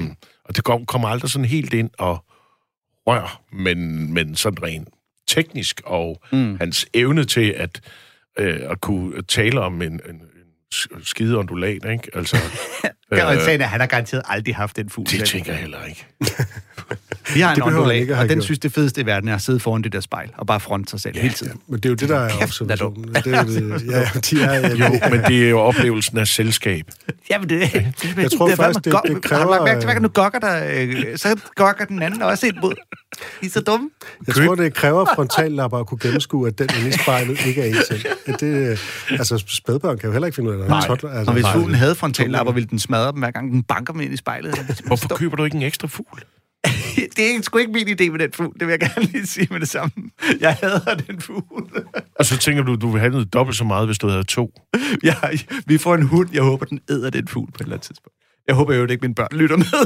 Og det kommer aldrig sådan helt ind og rør, men sådan rent teknisk, og hans evne til at kunne tale om en skide ondulat, ikke? Altså, han har garanteret aldrig haft den fugl. Det tænker jeg heller ikke. Vi har en ondulat, og den synes det fedeste i verden er at sidde foran det der spejl, og bare fronte sig selv hele tiden. Ja, men det er jo det, der er observationen. Men det er jo oplevelsen af selskab. Ja, men det jeg tror faktisk, det kræver... Nu gokker der, så gokker den anden også ind mod. I er så dumme. Jeg tror, det kræver frontallapper at kunne gennemskue, at den inde i spejlet ikke er en selv. Altså, spædbørn kan jo heller ikke finde ud af det. Nej, og hvis fuglen havde frontallapper, ville den smadre dem, hver gang den banker dem ind i spejlet. Hvorfor køber du ikke en ekstra fugl? Det er sgu ikke min idé med den fugl. Det vil jeg gerne lige sige med det samme. Jeg hader den fugl. Og så tænker du vil have noget dobbelt så meget, hvis du havde 2. Ja, vi får en hund. Jeg håber, den æder den fugl på et eller andet tidspunkt. Jeg håber jo ikke, mine børn lytter med.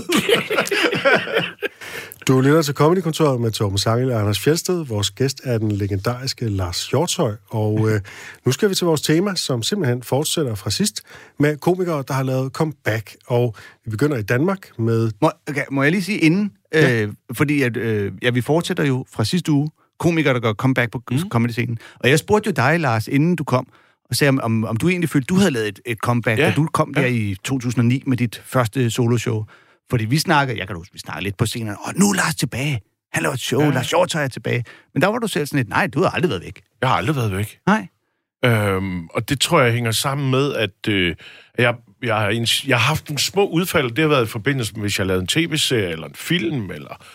Du lytter til Comedy-kontoret med Torben Sangel og Anders Fjeldsted. Vores gæst er den legendariske Lars Hjortshøj. Og nu skal vi til vores tema, som simpelthen fortsætter fra sidst, med komikere, der har lavet comeback. Og vi begynder i Danmark med... Må jeg lige sige inden? Fordi vi fortsætter jo fra sidste uge. Komikere, der gør comeback på comedy-scenen. Og jeg spurgte jo dig, Lars, inden du kom, og sagde, om du egentlig følte, du havde lavet et comeback, da du kom der i 2009 med dit første soloshow. Fordi vi snakkede lidt på scenen, og nu er Lars tilbage. Han laver et show, Lars Hjortshøj er tilbage. Men der var du selv sådan lidt, nej, du har aldrig været væk. Jeg har aldrig været væk. Nej. Og det tror jeg hænger sammen med, at jeg har haft en små udfald. Det har været i forbindelse med, hvis jeg lavede en tv-serie eller en film,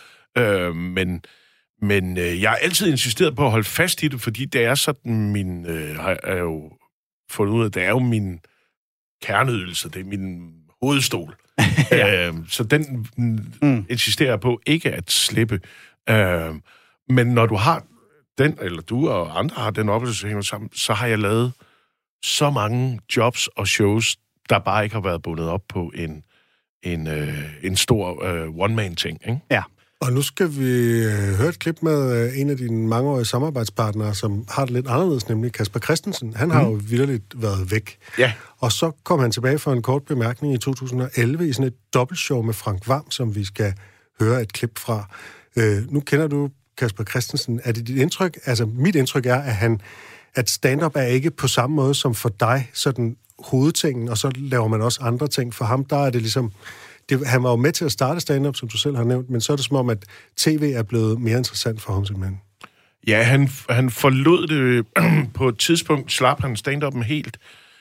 men jeg har altid insisteret på at holde fast i det, fordi det er sådan har jeg jo fundet ud af, det er jo min kerneydelse, det er min hovedstol. Så den insisterer jeg på ikke at slippe. Men når du har den, eller du og andre har den oplevelse hænger sammen, så har jeg lavet så mange jobs og shows, der bare ikke har været bundet op på en stor one-man-ting, ikke? Ja. Og nu skal vi høre et klip med en af dine mangeårige samarbejdspartnere, som har det lidt anderledes, nemlig Kasper Christensen. Han har jo vitterligt været væk. Ja. Og så kom han tilbage for en kort bemærkning i 2011 i sådan et dobbeltshow med Frank Hvam, som vi skal høre et klip fra. Nu kender du Kasper Christensen. Er det dit indtryk? Altså, mit indtryk er, at stand-up er ikke på samme måde som for dig, sådan hovedtingen, og så laver man også andre ting. For ham, der er det ligesom... Han var jo med til at starte stand-up, som du selv har nævnt, men så er det som om, at tv er blevet mere interessant for ham simpelthen. Ja, han forlod det på et tidspunkt, slap han stand-up'en helt,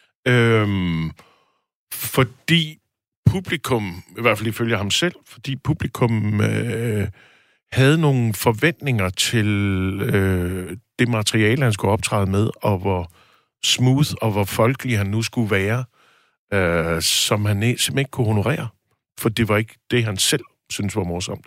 fordi publikum, i hvert fald ifølge ham selv, fordi publikum havde nogle forventninger til det materiale, han skulle optræde med, og hvor smooth og hvor folkelig han nu skulle være, som han simpelthen ikke kunne honorere. For det var ikke det, han selv synes var morsomt.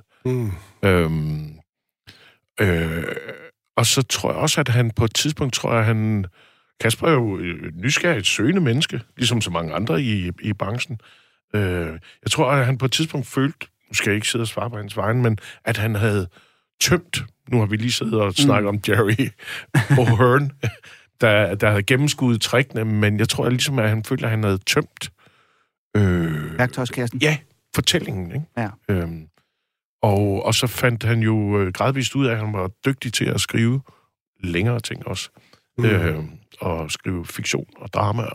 Og så tror jeg også, at han på et tidspunkt, Kasper er jo nysgerrigt søgende menneske, ligesom så mange andre i branchen. Jeg tror, at han på et tidspunkt følte, nu skal jeg ikke sidde og svare på hans vegne, men at han havde tømt, nu har vi lige siddet og snakket om Jerry O'Hearn, der havde gennemskuddet trækkene, men jeg tror ligesom, at han følte, at han havde tømt værktøjskassen. Ja, fortællingen, ikke? Ja. Og så fandt han jo gradvist ud af, at han var dygtig til at skrive længere ting også. Og skrive fiktion og drama.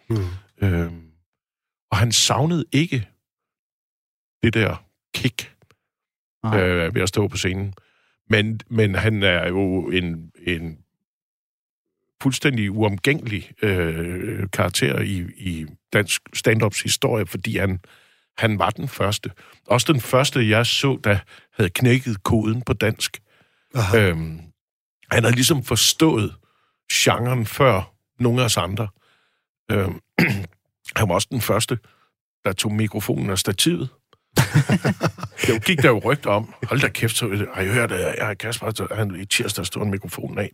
Og han savnede ikke det der kick ved at stå på scenen. Men han er jo en fuldstændig uomgængelig karakter i dansk stand-ups historie, fordi han var den første. Også den første, jeg så, der havde knækket koden på dansk. Han havde ligesom forstået genren før nogen af os andre. Han var også den første, der tog mikrofonen af stativet. Det gik der jo rygter om. Hold da kæft, så har jeg hørt, at jeg har Kasper, han i tirsdag stod en mikrofon af.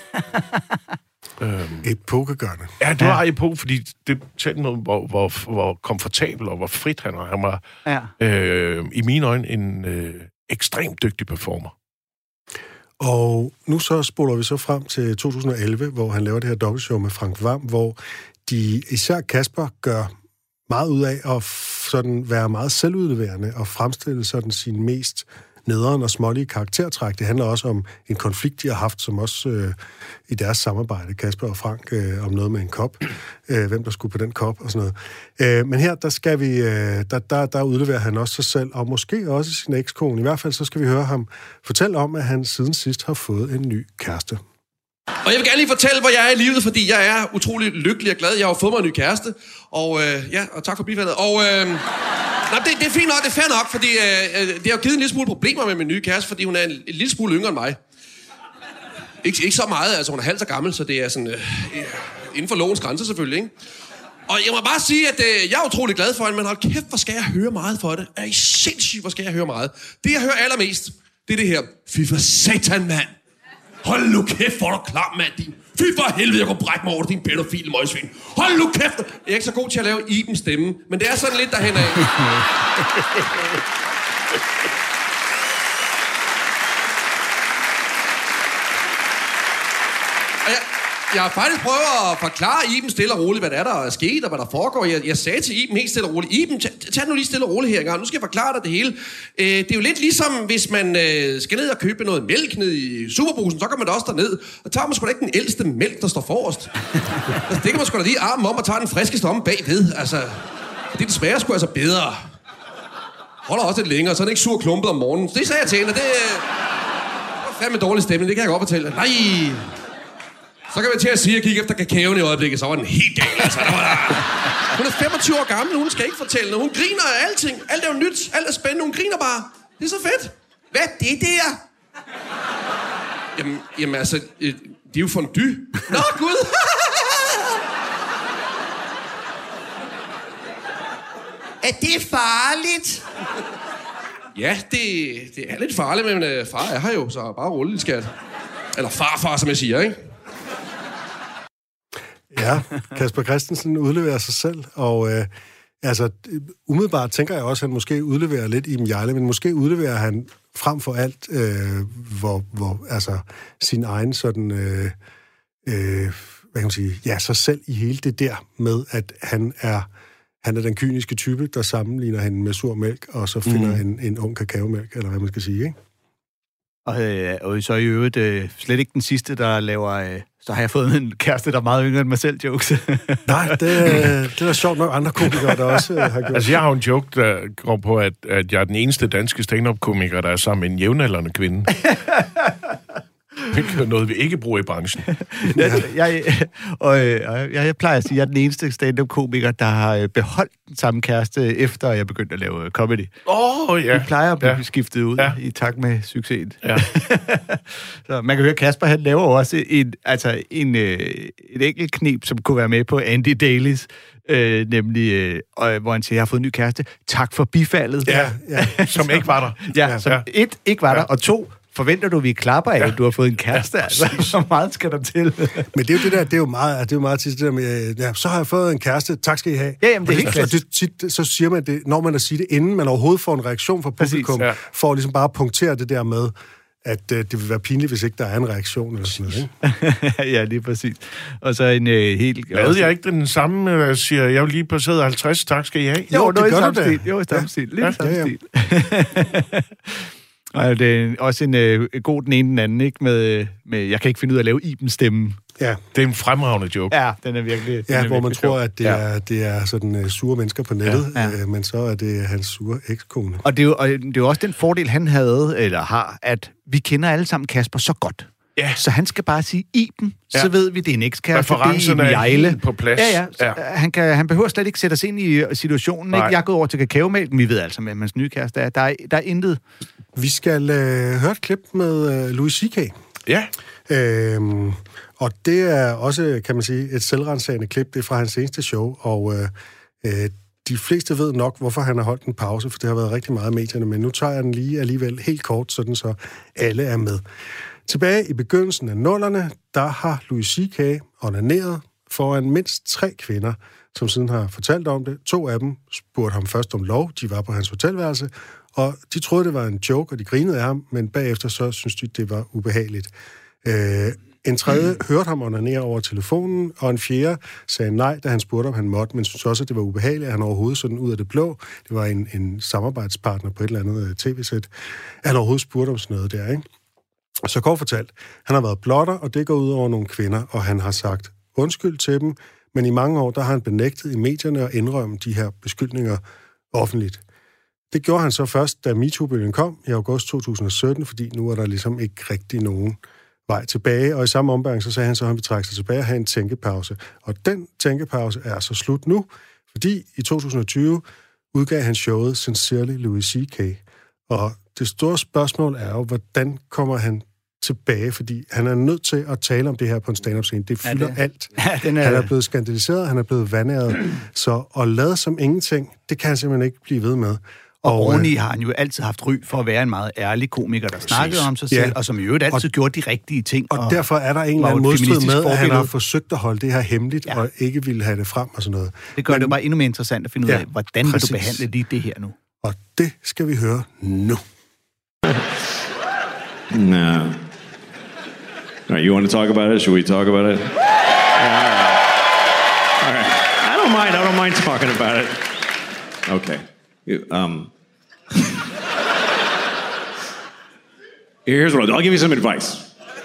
Epokegørende. Ja, det var epoke, fordi det talte noget, hvor komfortabel og hvor frit han var. Han var i mine øjne en ekstremt dygtig performer. Og nu så spoler vi så frem til 2011, hvor han laver det her dobbeltshow med Frank Hvam, hvor de, især Kasper, gør meget ud af at sådan være meget selvudleverende og fremstille sådan sin mest nederen og smålige karaktertræk. Det handler også om en konflikt, de har haft, som også i deres samarbejde, Kasper og Frank, om noget med en kop. Hvem der skulle på den kop og sådan noget. Men her, der skal vi, der udleverer han også sig selv, og måske også sin ekskone. I hvert fald så skal vi høre ham fortælle om, at han siden sidst har fået en ny kæreste. Og jeg vil gerne lige fortælle, hvor jeg er i livet, fordi jeg er utrolig lykkelig og glad. Jeg har jo fået mig en ny kæreste, og og tak for bifaldet. Og det er fint nok, det er fair nok, fordi det har jo givet en lille smule problemer med min nye kæreste, fordi hun er en lille smule yngre end mig. Ikke så meget, altså hun er halvt så gammel, så det er sådan inden for lovens grænser selvfølgelig, ikke? Og jeg må bare sige, at jeg er utrolig glad for hende, men hold kæft, hvor skal jeg høre meget for det. Er I sindssygt, hvor skal jeg høre meget? Det, jeg hører allermest, det er det her. Fy for satan, mand! Hold nu kæft, hvor er du klar, mand, din. Fy for helvede, jeg kunne brække mig over din pædofile møgsvin. Hold nu kæft. Jeg er ikke så god til at lave Ibens stemme, men det er sådan lidt derhen af. Jeg har faktisk prøvet at forklare Iben stille og roligt, hvad der er sket, og hvad der foregår. Jeg sagde til Iben helt stille og roligt, Iben, tag nu lige stille og roligt her engang. Nu skal jeg forklare dig det hele. Det er jo lidt ligesom, hvis man skal ned og købe noget mælk ned i Superbrusen, så kommer man da også derned. Og tager man sgu da ikke den ældste mælk, der står forrest. Altså, det kan man sgu da lige armen om og tager den friskeste om bagved. Altså, det smager sgu altså bedre. Holder også lidt længere, så er den ikke sur klumpet om morgenen. Så det sagde jeg til hende, det var fandme dårlig stemning, det kan jeg godt fortælle. Nej. Så kan vi til at sige, at jeg gik efter kakaoen i øjeblikket, så var den helt gal, altså. Hun er 25 år gammel, hun skal ikke fortælle noget. Hun griner af alting. Alt er jo nyt, alt er spændende, hun griner bare. Det er så fedt. Hvad er det der? Jamen altså, det er jo fondue. Nå, Gud! Er det farligt? Ja, det er lidt farligt, men far er her jo, så bare rulle lidt, skat. Eller farfar, som jeg siger, ikke? Ja, Kasper Christensen udleverer sig selv, og umiddelbart tænker jeg også, at han måske udleverer lidt Iben Hjejle, men måske udleverer han frem for alt, sin egen sådan, hvad kan man sige, ja, sig selv i hele det der med, at han er den kyniske type, der sammenligner hende med sur mælk, og så finder en ung kakaomælk, eller hvad man skal sige, ikke? Og så i øvrigt slet ikke den sidste, der laver... så har jeg fået en kæreste, der er meget yngre end mig selv, jokes. Nej, det er sjovt nok andre komikere, der også har gjort. Altså, jeg har jo en joke, der går på, at jeg er den eneste danske stand-up-komiker, der er sammen med en jævnaldrende kvinde. Det er noget, vi ikke bruger i branchen. Jeg plejer at sige, at jeg er den eneste stand-up-komiker, der har beholdt den samme kæreste, efter jeg begyndte at lave comedy. Ja. Vi plejer at blive skiftet ud i takt med succesen. Ja. Så man kan høre, Kasper, han laver også et enkelt knep, som kunne være med på Andy Daly's, nemlig, hvor han siger, jeg har fået en ny kæreste. Tak for bifaldet. Ja. Som ikke var der. Ja, som ikke var der, og 2, forventer du, vi klapper af, at du har fået en kæreste? Ja, altså, hvor meget skal der til? Men det er jo det der, det er jo meget tit det der med, så har jeg fået en kæreste, tak skal I have. Ja, jamen, det er helt klassisk. Så siger man det, når man at sige det, inden man overhovedet får en reaktion fra publikum, for ligesom bare at punktere det der med, at det vil være pinligt, hvis ikke der er en reaktion eller sådan noget, ikke? Ja, lige præcis. Og så en helt... Lavede jeg ikke den samme, der siger, jeg vil lige passeret 50, tak skal I have? Jo, det gør du det. Jo, i samme stil. Lidt samme stil. Og det er også en god den ene den anden, ikke? Med jeg kan ikke finde ud af at lave Ibens stemme. Ja. Det er en fremragende joke. Ja, den er virkelig... Ja, hvor man tror, at det er sådan sure mennesker på nettet, men så er det hans sure ekskone. Og det er jo også den fordel, han havde, eller har, at vi kender alle sammen Kasper så godt. Ja. Så han skal bare sige Iben, så ved vi, det er en ekskæreste, det er Iben Hjejle. På plads. Ja. Han behøver slet ikke sætte os ind i situationen. Ikke? Jeg er gået over til kakaomælken, vi ved altså, med hans nye kæreste er. Der er intet. Vi skal høre et klip med Louis C.K. Ja. Og det er også, kan man sige, et selvrensagende klip. Det er fra hans seneste show, og de fleste ved nok, hvorfor han har holdt en pause, for det har været rigtig meget i medierne, men nu tager jeg den lige alligevel helt kort, sådan så alle er med. Tilbage i begyndelsen af 00'erne, der har Louis C.K. onaneret foran mindst 3 kvinder, som siden har fortalt om det. 2 af dem spurgte ham først om lov, de var på hans hotelværelse, og de troede, det var en joke, og de grinede af ham, men bagefter så synes de, det var ubehageligt. En tredje hørte ham onanere over telefonen, og en fjerde sagde nej, da han spurgte, om han måtte, men synes også, at det var ubehageligt, at han overhovedet sådan ud af det blå. Det var en samarbejdspartner på et eller andet tv-sæt. Han overhovedet spurgte om sådan noget der, ikke? Så kort fortalt, han har været blotter, og det går ud over nogle kvinder, og han har sagt undskyld til dem, men i mange år, der har han benægtet i medierne at indrømme de her beskyldninger offentligt. Det gjorde han så først, da MeToo-bølgen kom i august 2017, fordi nu er der ligesom ikke rigtig nogen vej tilbage, og i samme ombæring, så sagde han så, at han vil trække sig tilbage og have en tænkepause. Og den tænkepause er så slut nu, fordi i 2020 udgav han showet Sincerely Louis C.K. Og det store spørgsmål er jo, hvordan kommer han tilbage, fordi han er nødt til at tale om det her på en stand-up-scene. Det fylder alt. Ja, han er blevet skandaliseret, han er blevet vandæret, så at lade som ingenting, det kan han simpelthen ikke blive ved med. Og oveni har han jo altid haft ry for at være en meget ærlig komiker, der snakkede om sig selv, og som i øvrigt altid gjorde de rigtige ting. Og derfor er der en eller anden modstrid med, at han har forsøgt at holde det her hemmeligt, og ikke ville have det frem og sådan noget. Det gør det jo bare endnu mere interessant at finde ud af, hvordan vil du behandle lige det her nu? Og det skal vi høre nu. No. All right, you want to talk about it? Should we talk about it? Yeah, all right. I don't mind talking about it. Okay. Here's what I'll give you some advice.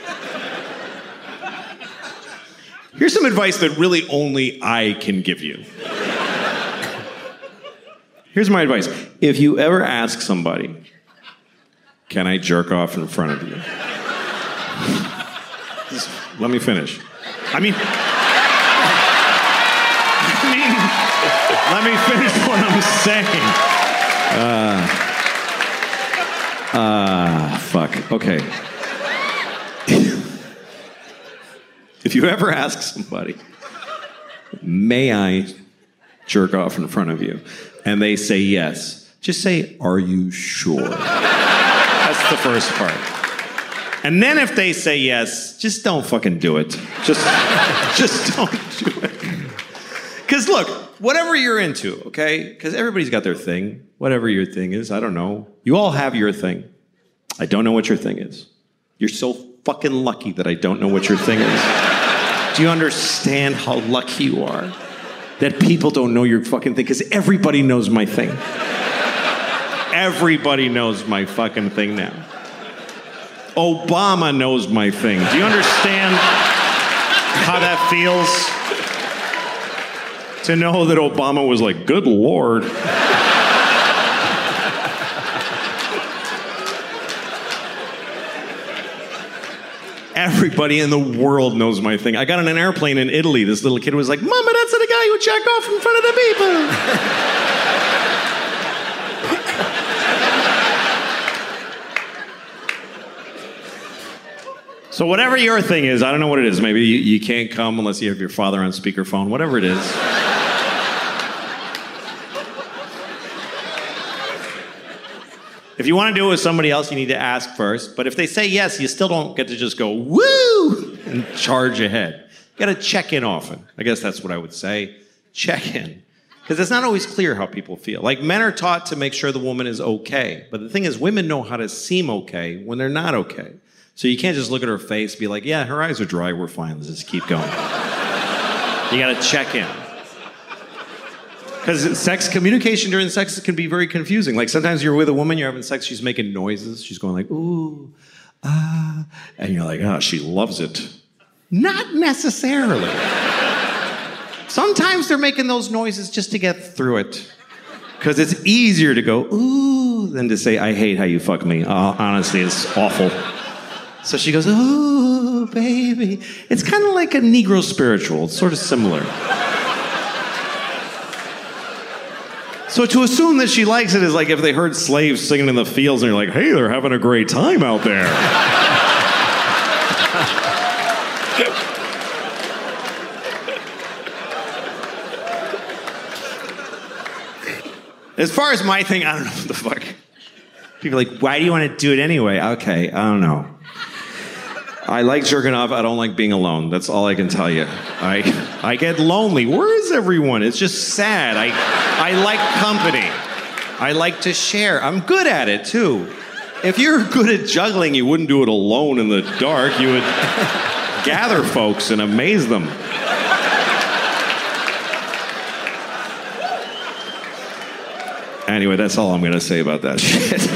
Here's some advice that really only I can give you. Here's my advice. If you ever ask somebody, can I jerk off in front of you? Just let me finish. Let me finish what I'm saying. Fuck. Okay. If you ever ask somebody, may I jerk off in front of you? And they say yes. Just say, are you sure? That's the first part. And then if they say yes, just don't fucking do it. Just don't do it. Because look, whatever you're into, okay? Because everybody's got their thing. Whatever your thing is, I don't know. You all have your thing. I don't know what your thing is. You're so fucking lucky that I don't know what your thing is. Do you understand how lucky you are that people don't know your fucking thing? Because everybody knows my thing. Everybody knows my fucking thing now. Obama knows my thing. Do you understand how that feels? To know that Obama was like, good Lord. Everybody in the world knows my thing. I got on an airplane in Italy. This little kid was like, Mama, that's the guy who checked off in front of the people. So whatever your thing is, I don't know what it is. Maybe you can't come unless you have your father on speakerphone, whatever it is. If you want to do it with somebody else, you need to ask first. But if they say yes, you still don't get to just go, woo, and charge ahead. You got to check in often. I guess that's what I would say. Check in. Because it's not always clear how people feel. Like, men are taught to make sure the woman is okay. But the thing is, women know how to seem okay when they're not okay. So you can't just look at her face and be like, yeah, her eyes are dry, we're fine, let's just keep going. You got to check in. Because communication during sex can be very confusing. Like, sometimes you're with a woman, you're having sex, she's making noises, she's going like, ooh, ah, and you're like, oh, she loves it. Not necessarily. Sometimes they're making those noises just to get through it. Because it's easier to go, ooh, than to say, I hate how you fuck me. Honestly, it's awful. So she goes, ooh, baby. It's kind of like a Negro spiritual. It's sort of similar. So to assume that she likes it is like if they heard slaves singing in the fields and you're like, hey, they're having a great time out there. As far as my thing, I don't know what the fuck. People are like, why do you want to do it anyway? Okay, I don't know. I like jerking off. I don't like being alone. That's all I can tell you. I get lonely. Where is everyone? It's just sad. I like company. I like to share. I'm good at it, too. If you're good at juggling, you wouldn't do it alone in the dark. You would gather folks and amaze them. Anyway, that's all I'm going to say about that shit.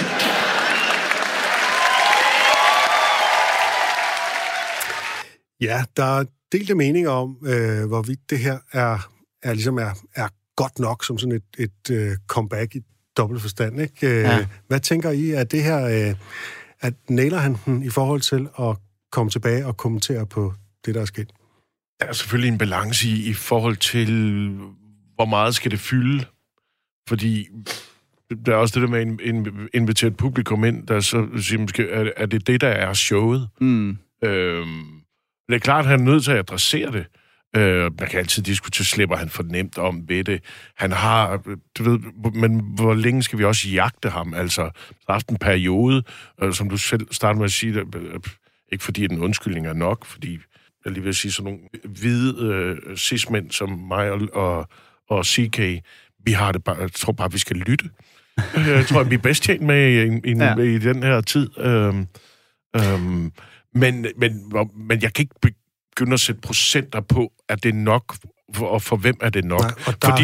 Ja, der er delte meninger om, hvorvidt det her er godt nok som sådan et comeback i dobbelt forstand, ikke? Hvad tænker I, at det her, at nailer han den i forhold til at komme tilbage og kommentere på det, der er sket? Der er selvfølgelig en balance i forhold til, hvor meget skal det fylde, fordi der er også det der med at invitere et publikum ind, der så siger måske, er det det, der er showet? Det er klart, at han er nødt til at adressere det. Man kan altid diskutere, slipper han for nemt om ved det. Han har, du ved, men hvor længe skal vi også jagte ham? Altså, der har haft en periode, som du selv startede med at sige, ikke fordi at en undskyldning er nok, fordi jeg lige vil sige sådan nogle hvide cis-mænd som mig og CK, vi har det bare, jeg tror bare, vi skal lytte. Jeg tror, at vi er bedst tjent med i den her tid. Men jeg kan ikke begynde at sætte procenter på, at det er nok, og for hvem er det nok. Nej, fordi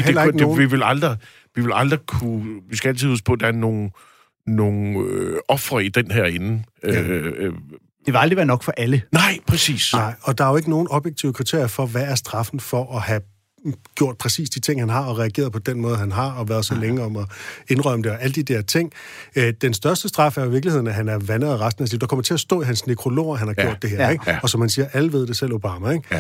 vi vil aldrig kunne... Vi skal altid huske på, at der er nogle ofre i den her inde. Det vil aldrig være nok for alle. Nej, præcis. Nej, og der er jo ikke nogen objektive kriterier for, hvad er straffen for at have gjort præcis de ting, han har, og reageret på den måde, han har, og været så længe om at indrømme det, og alle de der ting. Den største straf er i virkeligheden, at han er vandet af resten af sit. Der kommer til at stå i hans nekrologer, han har gjort det her, ikke? Ja. Og som man siger, alle ved det, selv Obama, ikke?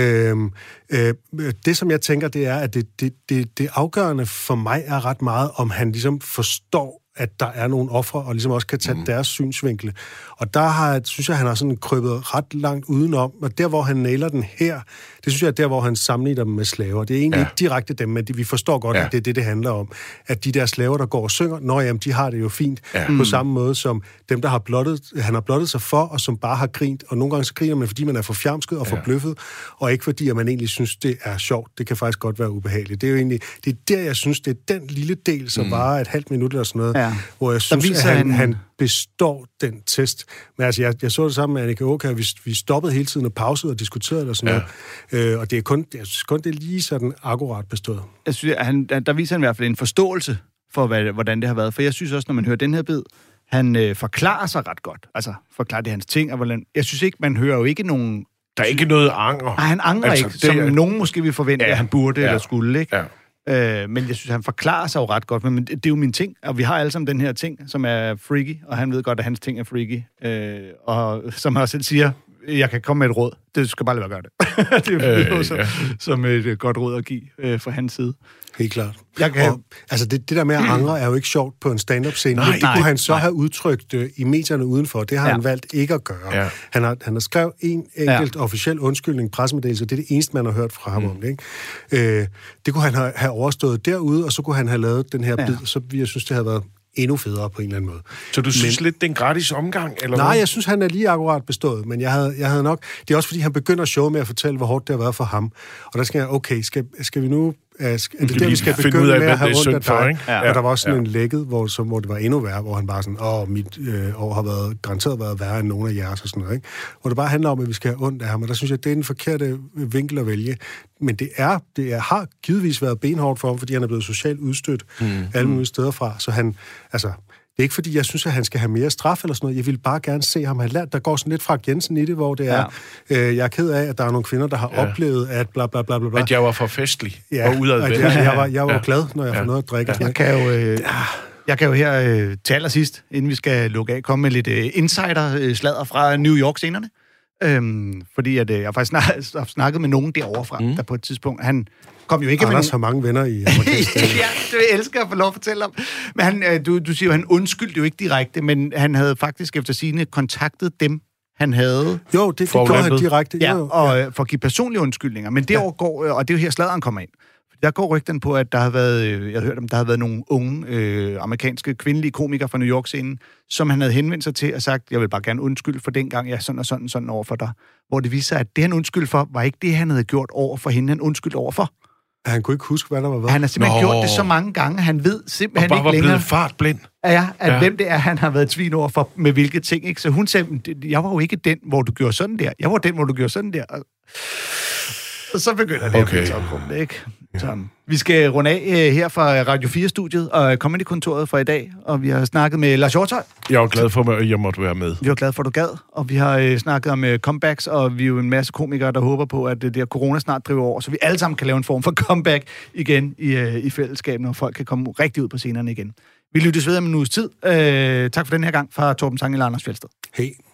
Ja. Det, som jeg tænker, det er, at det afgørende for mig er ret meget, om han ligesom forstår, at der er nogle ofre, og ligesom også kan tage deres synsvinkel. Og der synes jeg, han har sådan krøbet ret langt udenom, og der, hvor han nailer den her, det synes jeg er der, hvor han sammenligner dem med slaver. Det er egentlig ikke direkte dem, men vi forstår godt, at det er det handler om. At de der slaver, der går og synger, jamen, de har det jo fint, på samme måde som dem, der han har blottet sig for, og som bare har grint, og nogle gange så griner man, fordi man er for fjamsket og forbløffet, og ikke fordi, at man egentlig synes, det er sjovt. Det kan faktisk godt være ubehageligt. Det er jo egentlig, det er der, jeg synes, det er den lille del, som varer et halvt minut eller sådan noget, hvor jeg synes, at han består den test. Men altså, jeg så det sammen med Annika Åkær, vi stoppede hele tiden og pausede og diskuterede det og sådan noget. Og det er kun det er lige sådan akkurat bestået. Jeg synes, der viser han i hvert fald en forståelse for, hvordan det har været. For jeg synes også, når man hører den her bid, han forklarer sig ret godt. Altså, forklarer det hans ting, og hvordan... Jeg synes ikke, man hører jo ikke nogen... Der er ikke noget anger. Nej, han angrer altså, ikke, som nogen måske vil forvente, at han burde eller skulle, ikke? Ja. Men jeg synes, han forklarer sig jo ret godt. Men det er jo min ting, og vi har alle sammen den her ting, som er freaky, og han ved godt, at hans ting er freaky. Og som han også selv siger, jeg kan komme med et råd. Det skal bare lade være gøre det. Det er jo som et godt råd at give fra hans side. Helt klart. Altså det der med at angre er jo ikke sjovt på en stand-up-scene, men det kunne han så have udtrykt i medierne udenfor. Det har han valgt ikke at gøre. Ja. Han har skrevet en enkelt officiel undskyldning, pressemeddelelse, det er det eneste, man har hørt fra ham om det. Ikke? Det kunne han have overstået derude, og så kunne han have lavet den her bid, så jeg synes, det havde været endnu federe på en eller anden måde. Så du synes lidt, det er en gratis omgang? Eller nej, jeg synes, han er lige akkurat bestået, men jeg havde nok... Det er også, fordi han begynder showet med at fortælle, hvor hårdt det har været for ham. Og der skal jeg, okay, skal vi nu... Er det der, vi skal begynde med at have ondt af dig? Ja. Og der var også sådan en lækket, hvor det var endnu værre, hvor han bare sådan, mit år har garanteret været værre end nogen af jeres og sådan noget, ikke? Hvor det bare handler om, at vi skal have ondt af ham, og der synes jeg, det er den forkerte vinkel at vælge. Men det har givetvis været benhårdt for ham, fordi han er blevet socialt udstødt alle mulige steder fra, så han, altså... Det er ikke, fordi jeg synes, at han skal have mere straf eller sådan noget. Jeg vil bare gerne se ham have lært. Der går sådan lidt fra Jensen i det, hvor det er... jeg er ked af, at der er nogle kvinder, der har oplevet, at bla bla bla bla. At jeg var for festlig og udadvendt. Jeg var glad, når jeg får noget at drikke. Jeg kan jo her til allersidst, inden vi skal lukke af, komme med lidt insider-sladder fra New York-scenerne. Fordi at, jeg faktisk har snakket med nogen derovre fra, der på et tidspunkt... Han kom jo ikke Anders har mange venner i amerikansk. Ja, det elsker jeg at få lov at fortælle om. Men du siger jo, han undskyldte jo ikke direkte, men han havde faktisk efter sigende kontaktet dem, han havde... Jo, det gjorde han direkte. Ja, og for at give personlige undskyldninger. Men derover går, og det er jo her sladderen kommer ind. Der går rygten på, at der har været, jeg har hørt om, der har været nogle unge amerikanske kvindelige komikere fra New York-scenen, som han havde henvendt sig til og sagt, jeg vil bare gerne undskylde for dengang, jeg sådan og sådan over for dig. Hvor det viser sig, at det han undskyldte for, var ikke det, han havde gjort over for hende, han undskyldte over for. Han kunne ikke huske, hvad der var ved. Han har simpelthen gjort det så mange gange, han ved simpelthen ikke længere... Og bare var blevet fartblind. Ja, hvem det er, han har været tvivl over for, med hvilke ting, ikke? Så hun sagde, jeg var jo ikke den, hvor du gjorde sådan der. Jeg var den, hvor du gjorde sådan der. Og så begynder det at blive topgrunden, ikke? Så, vi skal runde af her fra Radio 4-studiet og Comedy-kontoret for i dag, og vi har snakket med Lars Hjortøj. Jeg var glad for, at jeg måtte være med. Vi var glade for, at du gad, og vi har snakket om comebacks, og vi er jo en masse komikere, der håber på, at det der corona snart driver over, så vi alle sammen kan lave en form for comeback igen i fællesskab, når folk kan komme rigtig ud på scenerne igen. Vi lyttes ved om en uges tid. Tak for den her gang fra Torben Sangel og Anders Fjeldsted. Hej.